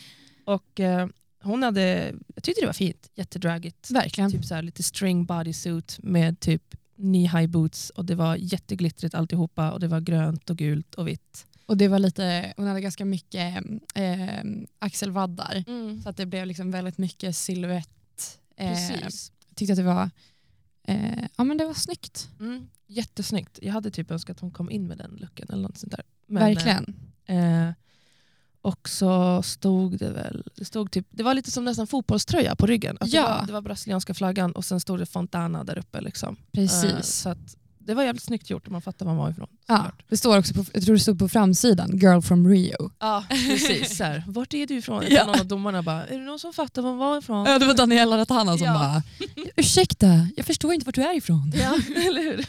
Och eh, hon hade, jag tyckte det var fint, jättedragigt. Verkligen. Typ så här lite string bodysuit med typ knee-high boots och det var jätteglittrigt alltihopa och det var grönt och gult och vitt. Och det var lite, hon hade ganska mycket eh, axelvaddar. Mm. Så att det blev liksom väldigt mycket silhuett. Eh, Precis. tyckte att det var eh, ja men det var snyggt. Mm. Jättesnyggt. Jag hade typ önskat att hon kom in med den looken eller något sånt där. Men, Verkligen. Eh, och så stod det väl, det stod typ, det var lite som nästan fotbollströja på ryggen. Att Ja. det, var, det var brasilianska flaggan och sen stod det Fontana där uppe liksom. Precis. Eh, så att det var jävligt snyggt gjort om man fattar var man var ifrån. Ja, såklart. det står också på, jag tror det stod på framsidan, Girl from Rio. Ja, precis. Så här, vart är du ifrån? Ja. Någon av domarna bara, är det någon som fattar var man var ifrån? Ja, det var Daniela Ratana som Ja. bara, ursäkta, jag förstår inte vart du är ifrån. Ja, eller hur?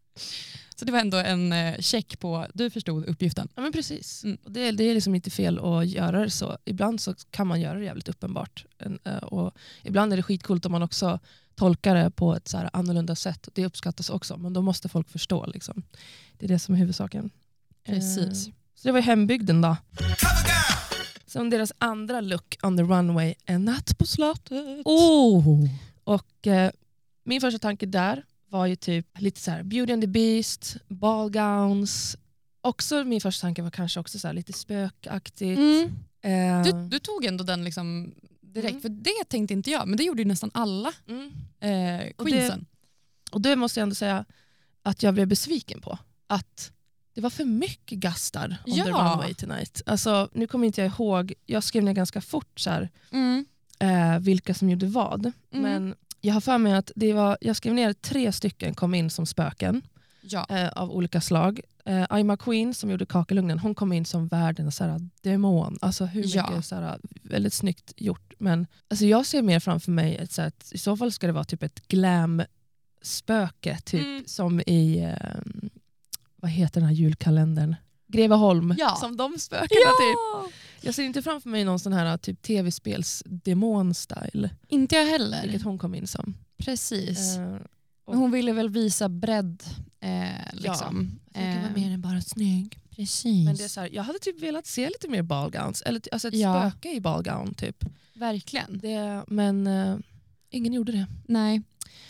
Så det var ändå en eh, check på, du förstod uppgiften. Ja men precis. Mm. Och det, är, det är liksom inte fel att göra det så. Ibland så kan man göra det jävligt uppenbart. En, eh, och ibland är det skitcoolt om man också tolkar det på ett så här annorlunda sätt. Det uppskattas också, men då måste folk förstå. Liksom. Det är det som är huvudsaken. Precis. Eh, så det var ju hembygden då. Som deras andra look on the runway, En natt på slottet. Oh. Och eh, min första tanke där var ju typ lite så här Beauty and the Beast, ballgowns. Också min första tanke var kanske också så här lite spökaktigt. Mm. Eh, Du, du tog ändå den liksom direkt, Mm. för det tänkte inte jag, men det gjorde ju nästan alla mm. eh, Och det- queensen. Och det måste jag ändå säga att jag blev besviken på. Att det var för mycket gastar on Ja. the runway tonight. Alltså, nu kommer inte jag ihåg, jag skrev ner ganska fort så här, Mm. eh, vilka som gjorde vad. Mm. Men jag har för mig att det var, jag skrev ner tre stycken kom in som spöken. Ja. Eh, av olika slag. Eh, Aima Queen som gjorde Kakelugnen, hon kom in som världens så här, demon. Alltså hur mycket Ja. så här, väldigt snyggt gjort. Men alltså, jag ser mer framför mig ett, så här, att i så fall ska det vara typ ett glam spöke typ Mm. som i eh, vad heter den här julkalendern? Greveholm. Ja. Som de spökena typ. Jag ser inte framför mig någon sån här typ tv-spels demon-style. Inte jag heller. Vilket hon kom in som. Precis. Eh, Men hon ville väl visa bredd. Eh, liksom. jag försöker vara Eh, mer än bara snygg. Precis. Men det är så här, jag hade typ velat se lite mer ballgowns. Eller t- alltså ett Ja. spöke i ballgown typ. Verkligen. Det, men eh, ingen gjorde det. Nej.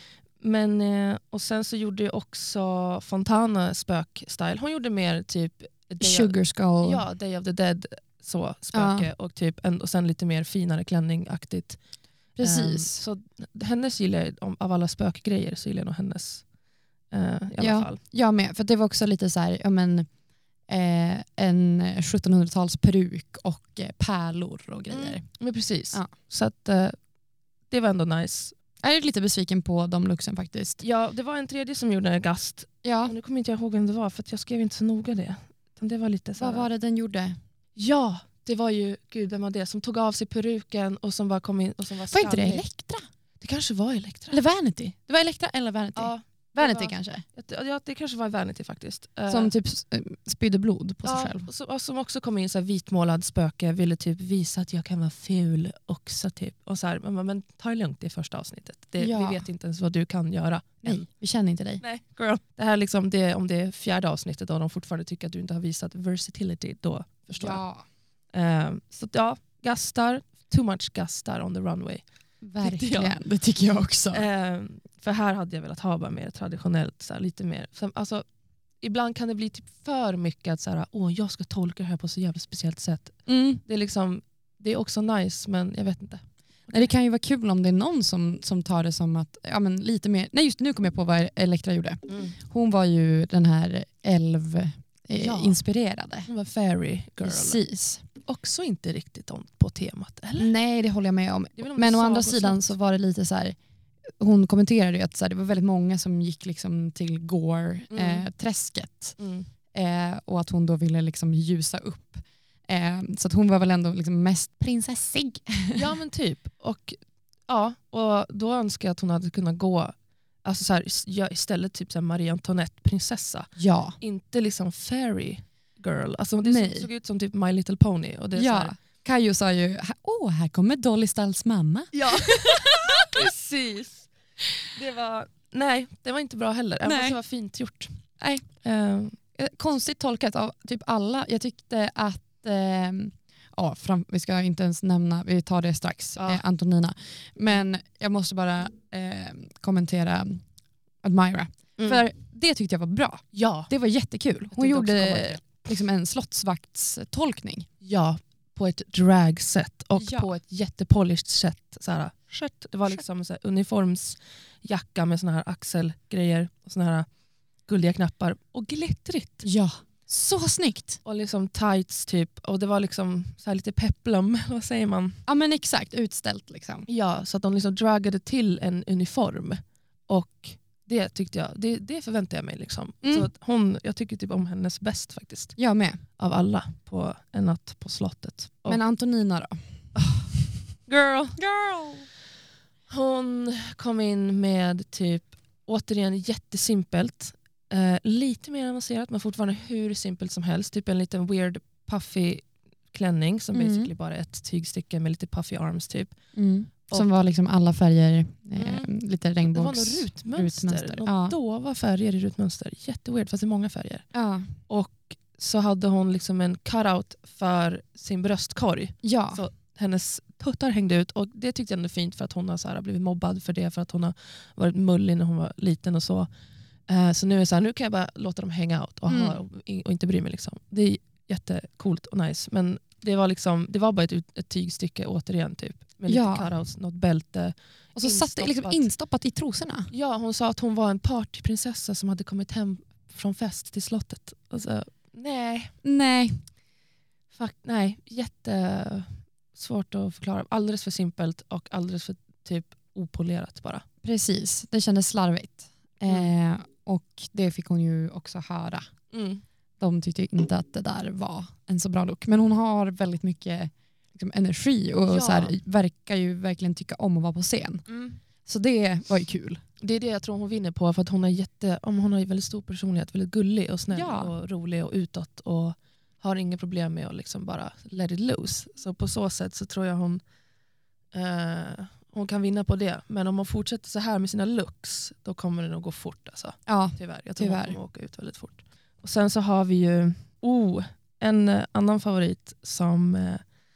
Men, eh, och sen så gjorde ju också Fontana spökstyle. Hon gjorde mer typ Day Sugar skull. of, ja, Day of the Dead så, spöke. Och, typ en, och sen lite mer finare klänningaktigt. Precis. Um, så hennes gillar jag, om, av alla spökgrejer så gillar jag nog hennes. Uh, I alla Ja. fall. Jag med. För det var också lite så här, ja, men, eh, en sjuttonhundratals peruk och eh, pärlor och grejer. Mm, men precis. Ja. Så att, eh, det var ändå nice. Jag är lite besviken på de looksen faktiskt. Ja, det var en tredje som gjorde en gast. Ja. Och nu kommer inte jag ihåg vem det var för att jag skrev inte så noga det. Utan det var lite så Vad här, var det den gjorde? Ja, det var ju, gud vem var det, som tog av sig peruken och som bara kom in och som var Var inte det skallig. Elektra? Det kanske var Elektra. Eller Vanity? Det var Elektra eller Vanity? Ja, Vanity var, kanske? ja, det kanske var Vanity faktiskt. Som typ spydde blod på ja, sig själv. Och som, och som också kom in så här vitmålad spöke, ville typ visa att jag kan vara ful också typ. Och så här, men, men ta det lugnt i första avsnittet. Det, Ja. Vi vet inte ens vad du kan göra. Nej, vi känner inte dig. Nej, girl. Det här liksom, det, om det är fjärde avsnittet och de fortfarande tycker att du inte har visat versatility, då förstår Ja, jag. Um, så ja, gastar, too much gastar on the runway. verkligen. jag. Det tycker jag också. Um, för här hade jag velat ha bara mer traditionellt, så här, lite mer. Så, alltså, ibland kan det bli typ för mycket att så här, åh, jag ska tolka det här på så jävla speciellt sätt. Mm. Det är liksom, det är också nice, men jag vet inte. Nej, det kan ju vara kul om det är någon som, som tar det som att, ja men lite mer, nej just nu kom jag på vad Elektra gjorde. Mm. Hon var ju den här älv eh, Ja. inspirerade. Hon var fairy girl. Precis. Också inte riktigt on, på temat, eller? Nej, det håller jag med om. Det är väl om Men å sagor andra och sidan sånt. så var det lite så här, hon kommenterade ju att så här, det var väldigt många som gick liksom till Gore-träsket. Mm. Eh, och att hon då ville liksom ljusa upp. Eh, så att hon var väl ändå liksom mest prinsessig. Ja men typ. Och, ja, och då önskar jag att hon hade kunnat gå alltså så här, ja, istället typ så här Marie Antoinette prinsessa. Ja. Inte liksom fairy girl. Alltså det Nej. såg, såg ut som typ My Little Pony. Och det är så Ja. här, Kajo sa ju, åh här kommer Dolly Stalls mamma. ja. Precis. Det var, nej, det var inte bra heller. Även Nej. fast det var fint gjort. Nej. Uh, Eh, Konstigt tolkat av typ alla. Jag tyckte att, eh, ja, fram, vi ska inte ens nämna, vi tar det strax, Ja. eh, Antonina. Men jag måste bara eh, kommentera Admira. mm. För det tyckte jag var bra. ja. Det var jättekul. Jag Hon tänkte också komma till gjorde det. liksom en slottsvaktstolkning. Ja, på ett dragsätt och Ja. på ett jättepolished sätt. Så här, shirt. Det var liksom så här, uniformsjacka med såna här axelgrejer och såna här guldiga knappar och glittrigt. Ja, så snyggt. Och liksom tights typ. Och det var liksom så här lite peplum, vad säger man? Ja men exakt, utställt liksom. Ja, så att de liksom draggade till en uniform. Och det tyckte jag, det, det förväntade jag mig liksom. Mm. Så att hon, jag tycker typ om hennes bäst faktiskt. Jag med. Av alla på en natt på slottet. Och Men Antonina då? girl! Girl! Hon kom in med typ, återigen jättesimpelt. Eh, lite mer avancerat men fortfarande hur simpelt som helst. Typ en liten weird puffy klänning som Mm. basically bara är ett tygstycke med lite puffy arms typ. Mm. Som Och- var liksom alla färger, eh, Mm. lite Det var regnbågs... något rutmönster. rutmönster, Något ja. dova färger i rutmönster. Jätteweird fast det är många färger. Ja. Och så hade hon liksom en cutout för sin bröstkorg. Ja. Så hennes tuttar hängde ut och det tyckte jag ändå fint för att hon har så här blivit mobbad för det, för att hon har varit mullig när hon var liten och så. Uh, så nu är det så här, nu kan jag bara låta dem hänga out och, ha, Mm. och, och inte bry mig liksom. Det är jättecoolt och nice, men det var liksom det var bara ett, ett tygstycke återigen typ med lite Ja. cutouts, något bälte. Och så satt det liksom instoppat. instoppat i trosorna. Ja, hon sa att hon var en partyprinsessa som hade kommit hem från fest till slottet. Och så, nej, Nej. fuck, nej, jättesvårt att förklara. Alldeles för simpelt och alldeles för typ opolerat bara. Precis, det kändes slarvigt. Mm. Eh, och det fick hon ju också höra. Mm. De tyckte ju inte att det där var en så bra look. Men hon har väldigt mycket liksom, energi och Ja. så här, verkar ju verkligen tycka om att vara på scen. Mm. Så det var ju kul. Det är det jag tror hon vinner på, för att hon är jätte, om hon har ju väldigt stor personlighet, väldigt gullig och snäll Ja. och rolig och utåt och har inga problem med att liksom bara let it loose. Så på så sätt så tror jag hon eh, hon kan vinna på det. Men om hon fortsätter så här med sina looks, då kommer det nog gå fort alltså. Ja, Tyvärr. Jag tror Tyvärr. hon kommer åka ut väldigt fort. Och sen så har vi ju oh, en eh, annan favorit som eh,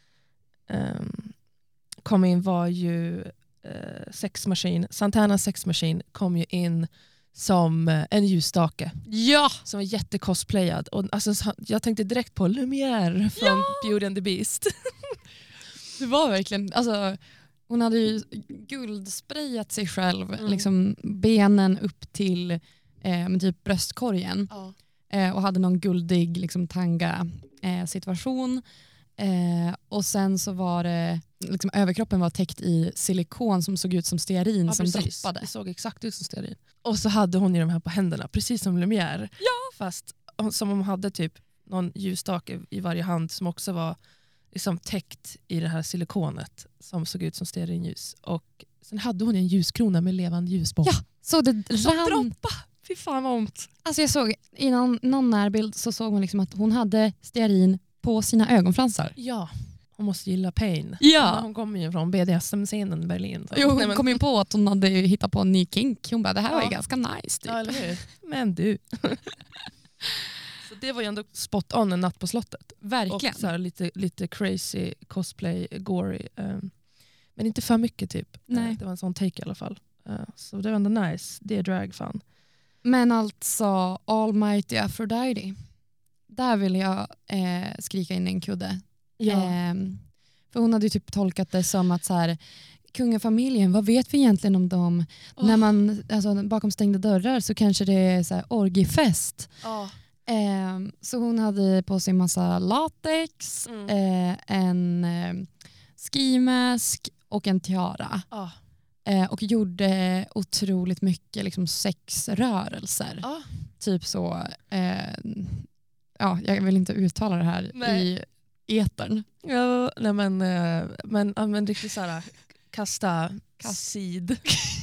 em, kom in var ju eh, Sex Machine. Santana Sex Machine kom ju in som eh, en ljusstake. ja. Som var jättecosplayad. Och alltså, så- jag tänkte direkt på Lumière från Beauty and the Beast. Det var verkligen, alltså, hon hade ju guldsprayat sig själv, Mm. liksom benen upp till eh, med typ bröstkorgen Ja. eh, och hade någon guldig liksom, tanga eh, situation. Eh, och sen så var det, liksom, överkroppen var täckt i silikon som såg ut som stearin Ja, som precis. droppade. Det såg exakt ut som stearin. Och så hade hon ju de här på händerna, precis som Lumière. Ja. Fast hon- som hon hade typ någon ljusstake i varje hand som också var liksom täckt i det här silikonet som såg ut som stearinljus. Och sen hade hon en ljuskrona med levande ljus på. Ja, så det Som rann. droppa! Fy fan vad ont. Alltså jag såg i någon, någon närbild så såg man liksom att hon hade stearin på sina ögonfransar. Ja, hon måste gilla pain. Ja. Hon kommer ju från B D S M-scenen i Berlin. Så. Jo, hon Nej, men, kom ju på att hon hade ju hittat på en ny kink. Hon bara, det här Ja. var ju ganska nice. Typ. ja, eller hur? Men du. Så det var ju ändå spot on en natt på slottet. Verkligen. Och så här lite, lite crazy, cosplay, gory. Um, men inte för mycket typ. Nej. Uh, det var en sån take i alla fall. Uh, så det var ändå nice. Det är drag fan. Men alltså Almighty Aphrodite. Där vill jag eh, skrika in en kudde. Ja. Eh, för hon hade ju typ tolkat det som att så här, kungafamiljen, vad vet vi egentligen om dem? Oh. När man, alltså, bakom stängda dörrar så kanske det är så här orgiefest. Oh. Eh, så hon hade på sig massa latex, Mm. eh, en eh, skimask och en tiara. Oh. Eh, och gjorde otroligt mycket liksom, sexrörelser. Oh. Typ så, eh, ja, jag vill inte uttala det här Nej. i etern. Ja, nej men, eh, men, ja, men riktigt såhär kasta Kast- sid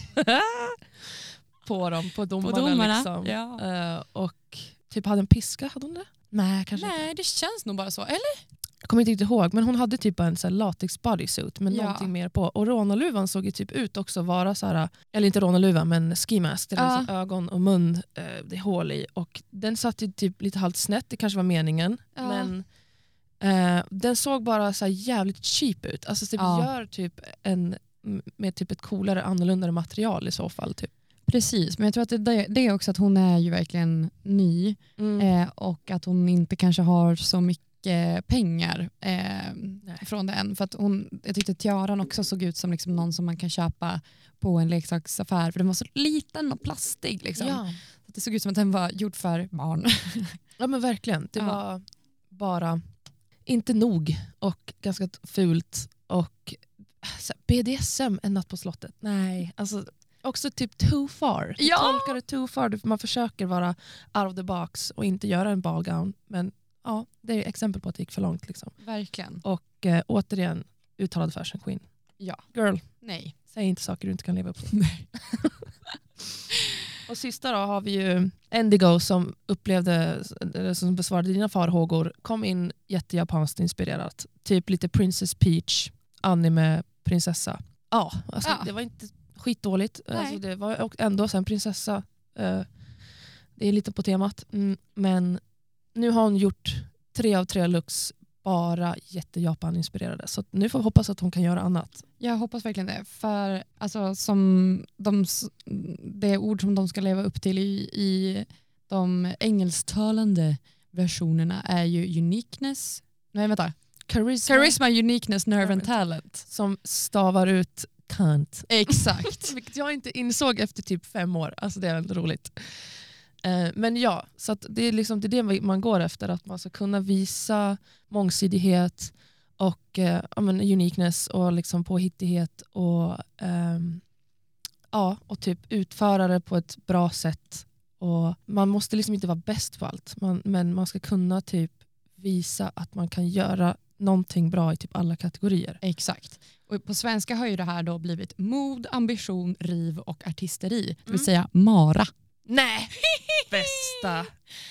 på dem, på domarna. På domarna, liksom. ja. Eh, och typ hade en piska, hade hon det? Nej, kanske inte. Nej, det känns nog bara så. Eller? Jag kommer inte riktigt ihåg, men hon hade typ en så här latex bodysuit med Ja. någonting mer på. Och rånaluvan såg ju typ ut också vara så här, eller inte rånaluvan men ski mask. Det var Ja. liksom ögon och mun, eh, det är hål i. Och den satt ju typ lite halvt snett, det kanske var meningen. Ja. Men eh, den såg bara så här jävligt cheap ut. Alltså typ Ja. gör typ en med typ ett coolare, annorlunda material i så fall. Typ. Precis, men jag tror att det, det är också att hon är ju verkligen ny Mm. eh, och att hon inte kanske har så mycket pengar eh, från det än. För att hon, jag tyckte tiaran också såg ut som liksom någon som man kan köpa på en leksaksaffär för den var så liten och plastig. Liksom. Ja. Det såg ut som att den var gjord för barn. ja men verkligen. Det Ja. var bara inte nog och ganska fult och så här, B D S M en natt på slottet. Nej, alltså också typ too far. Du Ja. tolkar det too far. Man försöker vara out of the box och inte göra en ballgown. Men ja, det är exempel på att det gick för långt. Liksom. Verkligen. Och eh, återigen, uttalad fashion queen. Ja. Girl, Nej. säg inte saker du inte kan leva upp till. Nej. Och sista då har vi ju Endigo som upplevde, eller som besvarade dina farhågor, kom in jättejapanskt inspirerat. Typ lite Princess Peach, anime-prinsessa. Ja, alltså Ja. det var inte skitdåligt. Nej. Alltså det var och ändå sen prinsessa. Eh, det är lite på temat. Mm, men nu har hon gjort tre av tre looks bara jättejapan-inspirerade. Så nu får vi hoppas att hon kan göra annat. Jag hoppas verkligen det. För alltså, som de, det ord som de ska leva upp till i, i de engelsktalande versionerna är ju uniqueness. Nej, vänta. Charisma, Charisma, uniqueness, nerve and talent. som stavar ut kant. Exakt. Vilket jag inte insåg efter typ fem år. Alltså det är väldigt roligt. Eh, men ja, så att det är liksom det, är det man går efter. Att man ska kunna visa mångsidighet och eh, ja, men uniqueness och liksom påhittighet och, ehm, ja, och typ utföra det på ett bra sätt. Och man måste liksom inte vara bäst på allt. Man, men man ska kunna typ visa att man kan göra någonting bra i typ alla kategorier. Exakt. Och på svenska har ju det här då blivit mod, ambition, riv och artisteri. Det vill Mm. säga Mara. Nej, bästa.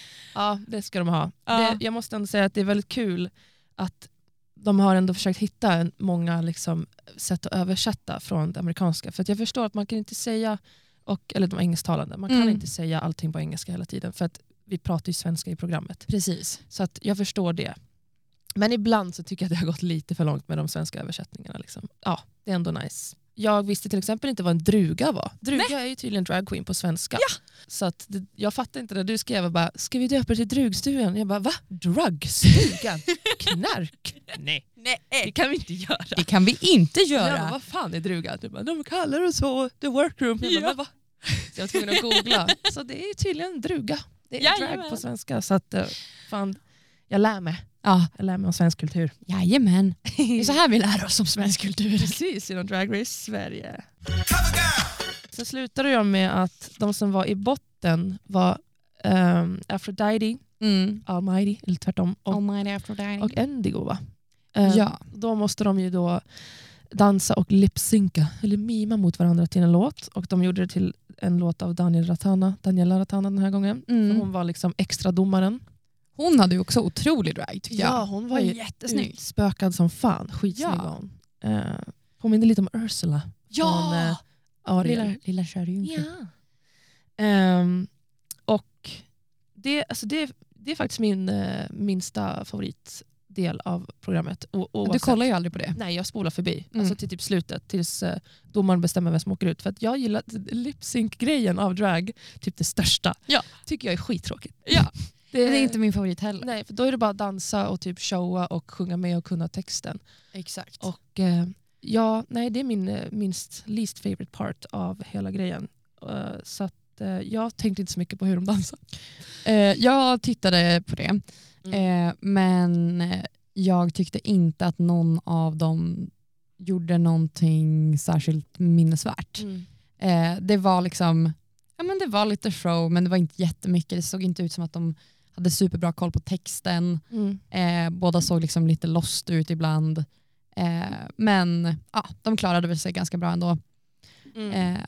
Ja, det ska de ha. Ja. Det, jag måste ändå säga att det är väldigt kul att de har ändå försökt hitta en, många liksom, sätt att översätta från det amerikanska. För att jag förstår att man kan inte säga, och, eller de engelsktalande, man kan Mm. inte säga allting på engelska hela tiden. För att vi pratar ju svenska i programmet. Precis. Så att jag förstår det. Men ibland så tycker jag att det har gått lite för långt med de svenska översättningarna. Liksom. Ja, det är ändå nice. Jag visste till exempel inte vad en druga var. Druga Nej. är ju tydligen drag queen på svenska. Ja. Så att det, jag fattar inte det. Du skrev bara, ska vi döpa det till drugstugan? Jag bara, va? Drugstugan? Knark? Nej. Nej. Det kan vi inte göra. Det kan vi inte göra. Jag bara, vad fan är druga? Du bara, de kallar det så, the workroom. Jag bara, Ja. men va? Så jag var tvungen att googla. Så det är tydligen druga. Det är Jajamän. drag på svenska. Så att, eh, fan, jag lär mig. Ja, Jag lär mig om svensk kultur. jajamän. Det är så här vi lär oss om svensk kultur. Precis, inom Drag Race Sverige. Så slutade jag med att de som var i botten var um, Aphrodite, Mm. Almighty, eller tvärtom. Och, Almighty Aphrodite. och Endigo, va? Eh, Ja. Då måste de ju då dansa och lipsynka, eller mima mot varandra till en låt. Och de gjorde det till en låt av Daniel Ratana, Daniela Ratana den här gången. Mm. För hon var liksom extra domaren. Hon hade ju också otrolig drag, tyckte jag. Ja, hon var ju jättesnygg. spökad som fan. Skitsnygg Ja. var hon. Eh, påminner lite om Ursula. Ja! Från, eh, Ariel. Lilla, lilla kärringen. Ja. Ehm, och det, alltså det, det är faktiskt min eh, minsta favoritdel av programmet. O- Du oavsett. kollar ju aldrig på det. Nej, jag spolar förbi. Mm. Alltså till typ slutet. Tills eh, domaren bestämmer vem som åker ut. För att jag gillar lip-sync-grejen av drag. Typ det största. Ja. Tycker jag är skittråkigt. Ja. Det, Men det är inte min favorit heller. Nej, för då är det bara att dansa och typ showa och sjunga med och kunna texten. Exakt. Och eh, ja, nej, det är min eh, minst least favorite part av hela grejen. Uh, så att eh, jag tänkte inte så mycket på hur de dansar. Eh, jag tittade på det. Mm. Eh, men jag tyckte inte att någon av dem gjorde någonting särskilt minnesvärt. Mm. Eh, det var liksom, ja men det var lite show, men det var inte jättemycket. Det såg inte ut som att de hade superbra koll på texten. Mm. Eh, båda såg liksom lite lost ut ibland. Eh, men ja, de klarade väl sig ganska bra ändå. Mm. Eh,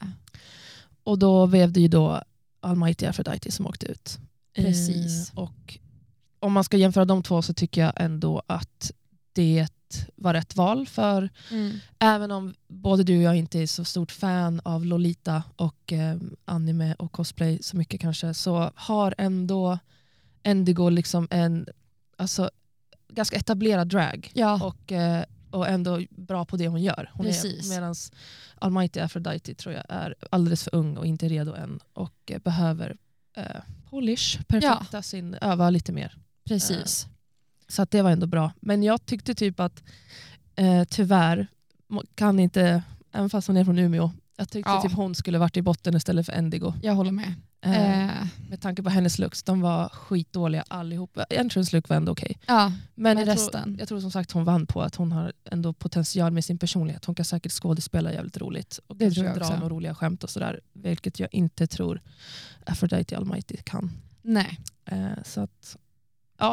Och då vevde ju då Almighty Aphrodite som åkte ut. Precis. Eh, och om man ska jämföra de två så tycker jag ändå att det var rätt val. För mm. även om både du och jag inte är så stort fan av Lolita och eh, anime och cosplay så mycket kanske, så har ändå Endigo liksom en alltså, ganska etablerad drag. Ja. Och, eh, och ändå bra på det hon gör. Hon Precis. är, medans Almighty Aphrodite tror jag är alldeles för ung och inte redo än. Och eh, behöver eh, polish, perfekta Ja. sin, öva lite mer. Precis. Så att det var ändå bra. Men jag tyckte typ att eh, tyvärr kan inte, även fast hon är från Umeå, jag tyckte Ja. typ hon skulle varit i botten istället för Endigo. Jag håller med. Eh, Eh, med tanke på hennes looks, de var skitdåliga allihop. Entrance look var ändå okej. ja, Men men jag resten. tror, jag tror som sagt hon vann på att hon har ändå potential med sin personlighet. Hon kan säkert skådespela jävligt roligt. Och Det kanske tror jag dra också. några roliga skämt och sådär. Vilket jag inte tror Aphrodite Almighty kan. Nej, Eh, så att, ja.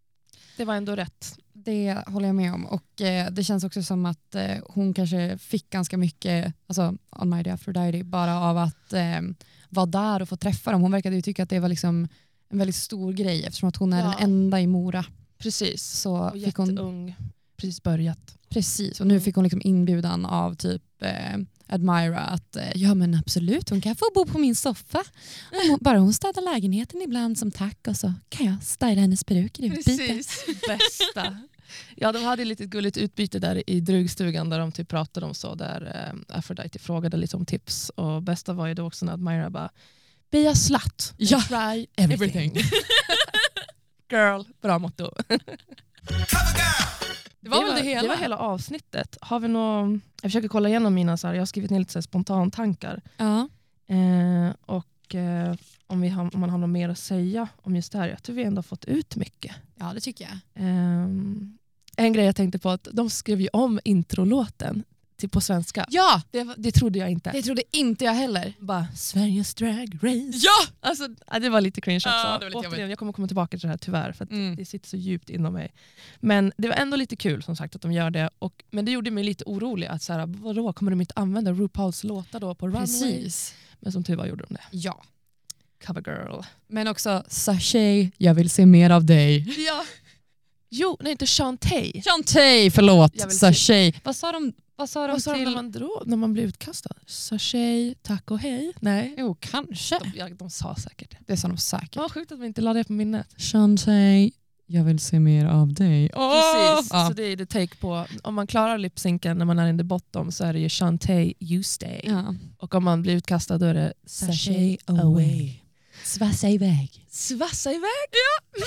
Det var ändå rätt. det håller jag med om. Och eh, det känns också som att eh, hon kanske fick ganska mycket, alltså Almighty Aphrodite, bara av att eh, vara där och få träffa dem. Hon verkade ju tycka att det var liksom en väldigt stor grej eftersom att hon är Ja. den enda i Mora. Precis. Så Och fick hon, jätteung. Precis börjat. precis, och nu Mm. fick hon liksom inbjudan av typ eh, Admira att eh, ja men absolut, hon kan få bo på min soffa. Om hon, bara hon städar lägenheten ibland som tack och så kan jag styla hennes peruker i utbyte. Bästa. Ja, de hade lite gulligt utbyte där i drugstugan där de typ pratade om så. Där eh, Aphrodite frågade lite om tips. Och bästa var ju då också när Admira bara be a slut. Ja. Try everything. Girl, bra motto. Det var väl det hela. Det var hela avsnittet. Har vi någon, jag försöker kolla igenom mina, så här, jag har skrivit ner lite så här spontantankar. Ja. Eh, och eh, om, vi har, om man har något mer att säga om just det här. Jag tror vi ändå har fått ut mycket. ja, det tycker jag. Eh, en grej jag tänkte på att de skrev ju om introlåten till på svenska. Ja, Det, var- det trodde jag inte. det trodde inte jag heller. Bara Sveriges Drag Race. Ja! Alltså, ja, det var lite cringe också. Ja, det var lite Återigen, jobbigt. jag kommer komma tillbaka till det här tyvärr för att Mm. det sitter så djupt inom mig. Men det var ändå lite kul som sagt att de gör det. Och, men det gjorde mig lite orolig. Att så här, vadå, kommer de inte använda RuPauls låtar då på Runway? Precis. Men som tur var gjorde de det. Ja. Cover girl. Men också Sashay, jag vill se mer av dig. Ja. Jo, nej inte Shantae. Shantae, förlåt. Jag vill se- Sashay. Vad sa de, vad sa de Vad sa de till? när man, drog, när man blev utkastad? Sashay, tack och hej. Nej, Jo, kanske. de, ja, de sa säkert det. Det sa de säkert. Vad sjukt att vi inte lade det på minnet. Shantae, jag vill se mer av dig. Precis, Ja. så det är det take på. Om man klarar lipsynken när man är in the bottom så är det ju Shantae, you stay. Ja. Och om man blir utkastad då är det Sashay Sashay away. away. Svassa iväg. Svassa iväg! Ja.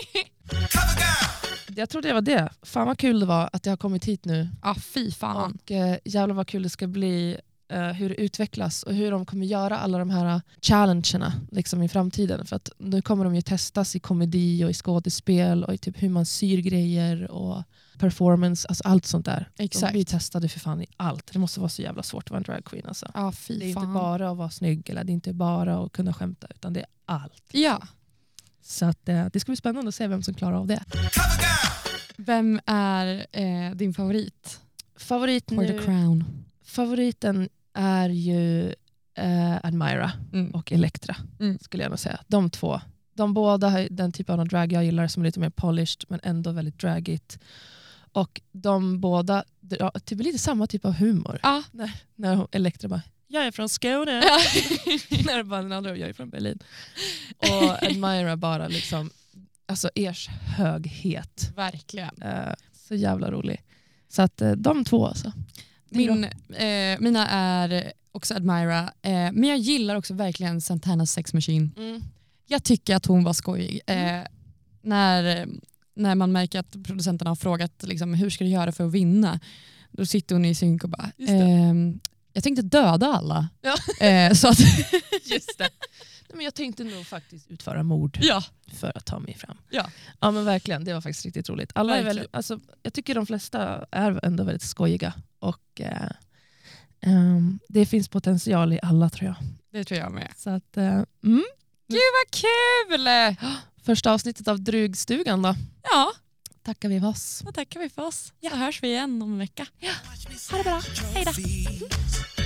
Jag tror det var det. Fan vad kul det var att jag har kommit hit nu. Ja, fy fan. Och eh, jävlar vad kul det ska bli eh, hur det utvecklas och hur de kommer göra alla de här challengerna liksom i framtiden. För att nu kommer de ju testas i komedi och i skådespel och i typ hur man syr grejer och performance, alltså allt sånt där. Exakt. De blir testade för fan i allt. Det måste vara så jävla svårt att vara en drag queen alltså. Ja, fy Det är fan. inte bara att vara snygg eller det är inte bara att kunna skämta utan det är allt. Ja. Så att, eh, det ska bli spännande att se vem som klarar av det. Vem är eh, din favorit? Favorit For the nu, crown. favoriten är ju eh, Admira Mm. och Elektra, Mm. skulle jag nog säga. De två. De båda har den typen av drag jag gillar som är lite mer polished men ändå väldigt dragigt. Och de båda ja, typ lite samma typ av humor. Ja. När, när Elektra bara, jag är från Skåne. Ja. när bara den andra, jag är från Berlin. Och Admira bara liksom, alltså ers höghet. Verkligen. Eh, så jävla rolig. Så att eh, de två alltså. Min, eh, mina är också Admira. Eh, men jag gillar också verkligen Santanas Sex Machine. Mm. Jag tycker att hon var skojig. Eh, när, när man märker att producenterna har frågat liksom, hur ska du göra för att vinna? Då sitter hon i synk och bara eh, jag tänkte döda alla. Ja. Eh, så att Just det. Nej, men jag tänkte nog faktiskt utföra mord ja. för att ta mig fram. Ja. Ja men verkligen, det var faktiskt riktigt roligt. Alla är väldigt, alltså, jag tycker de flesta är ändå väldigt skojiga. Och eh, um, det finns potential i alla tror jag. Det tror jag med. Så att, eh, mm. Gud vad kul! Första avsnittet av Drugstugan då. Ja, Tackar vi för oss. då tackar vi för oss. Så hörs vi igen om en vecka. Ha det bra. Hej då!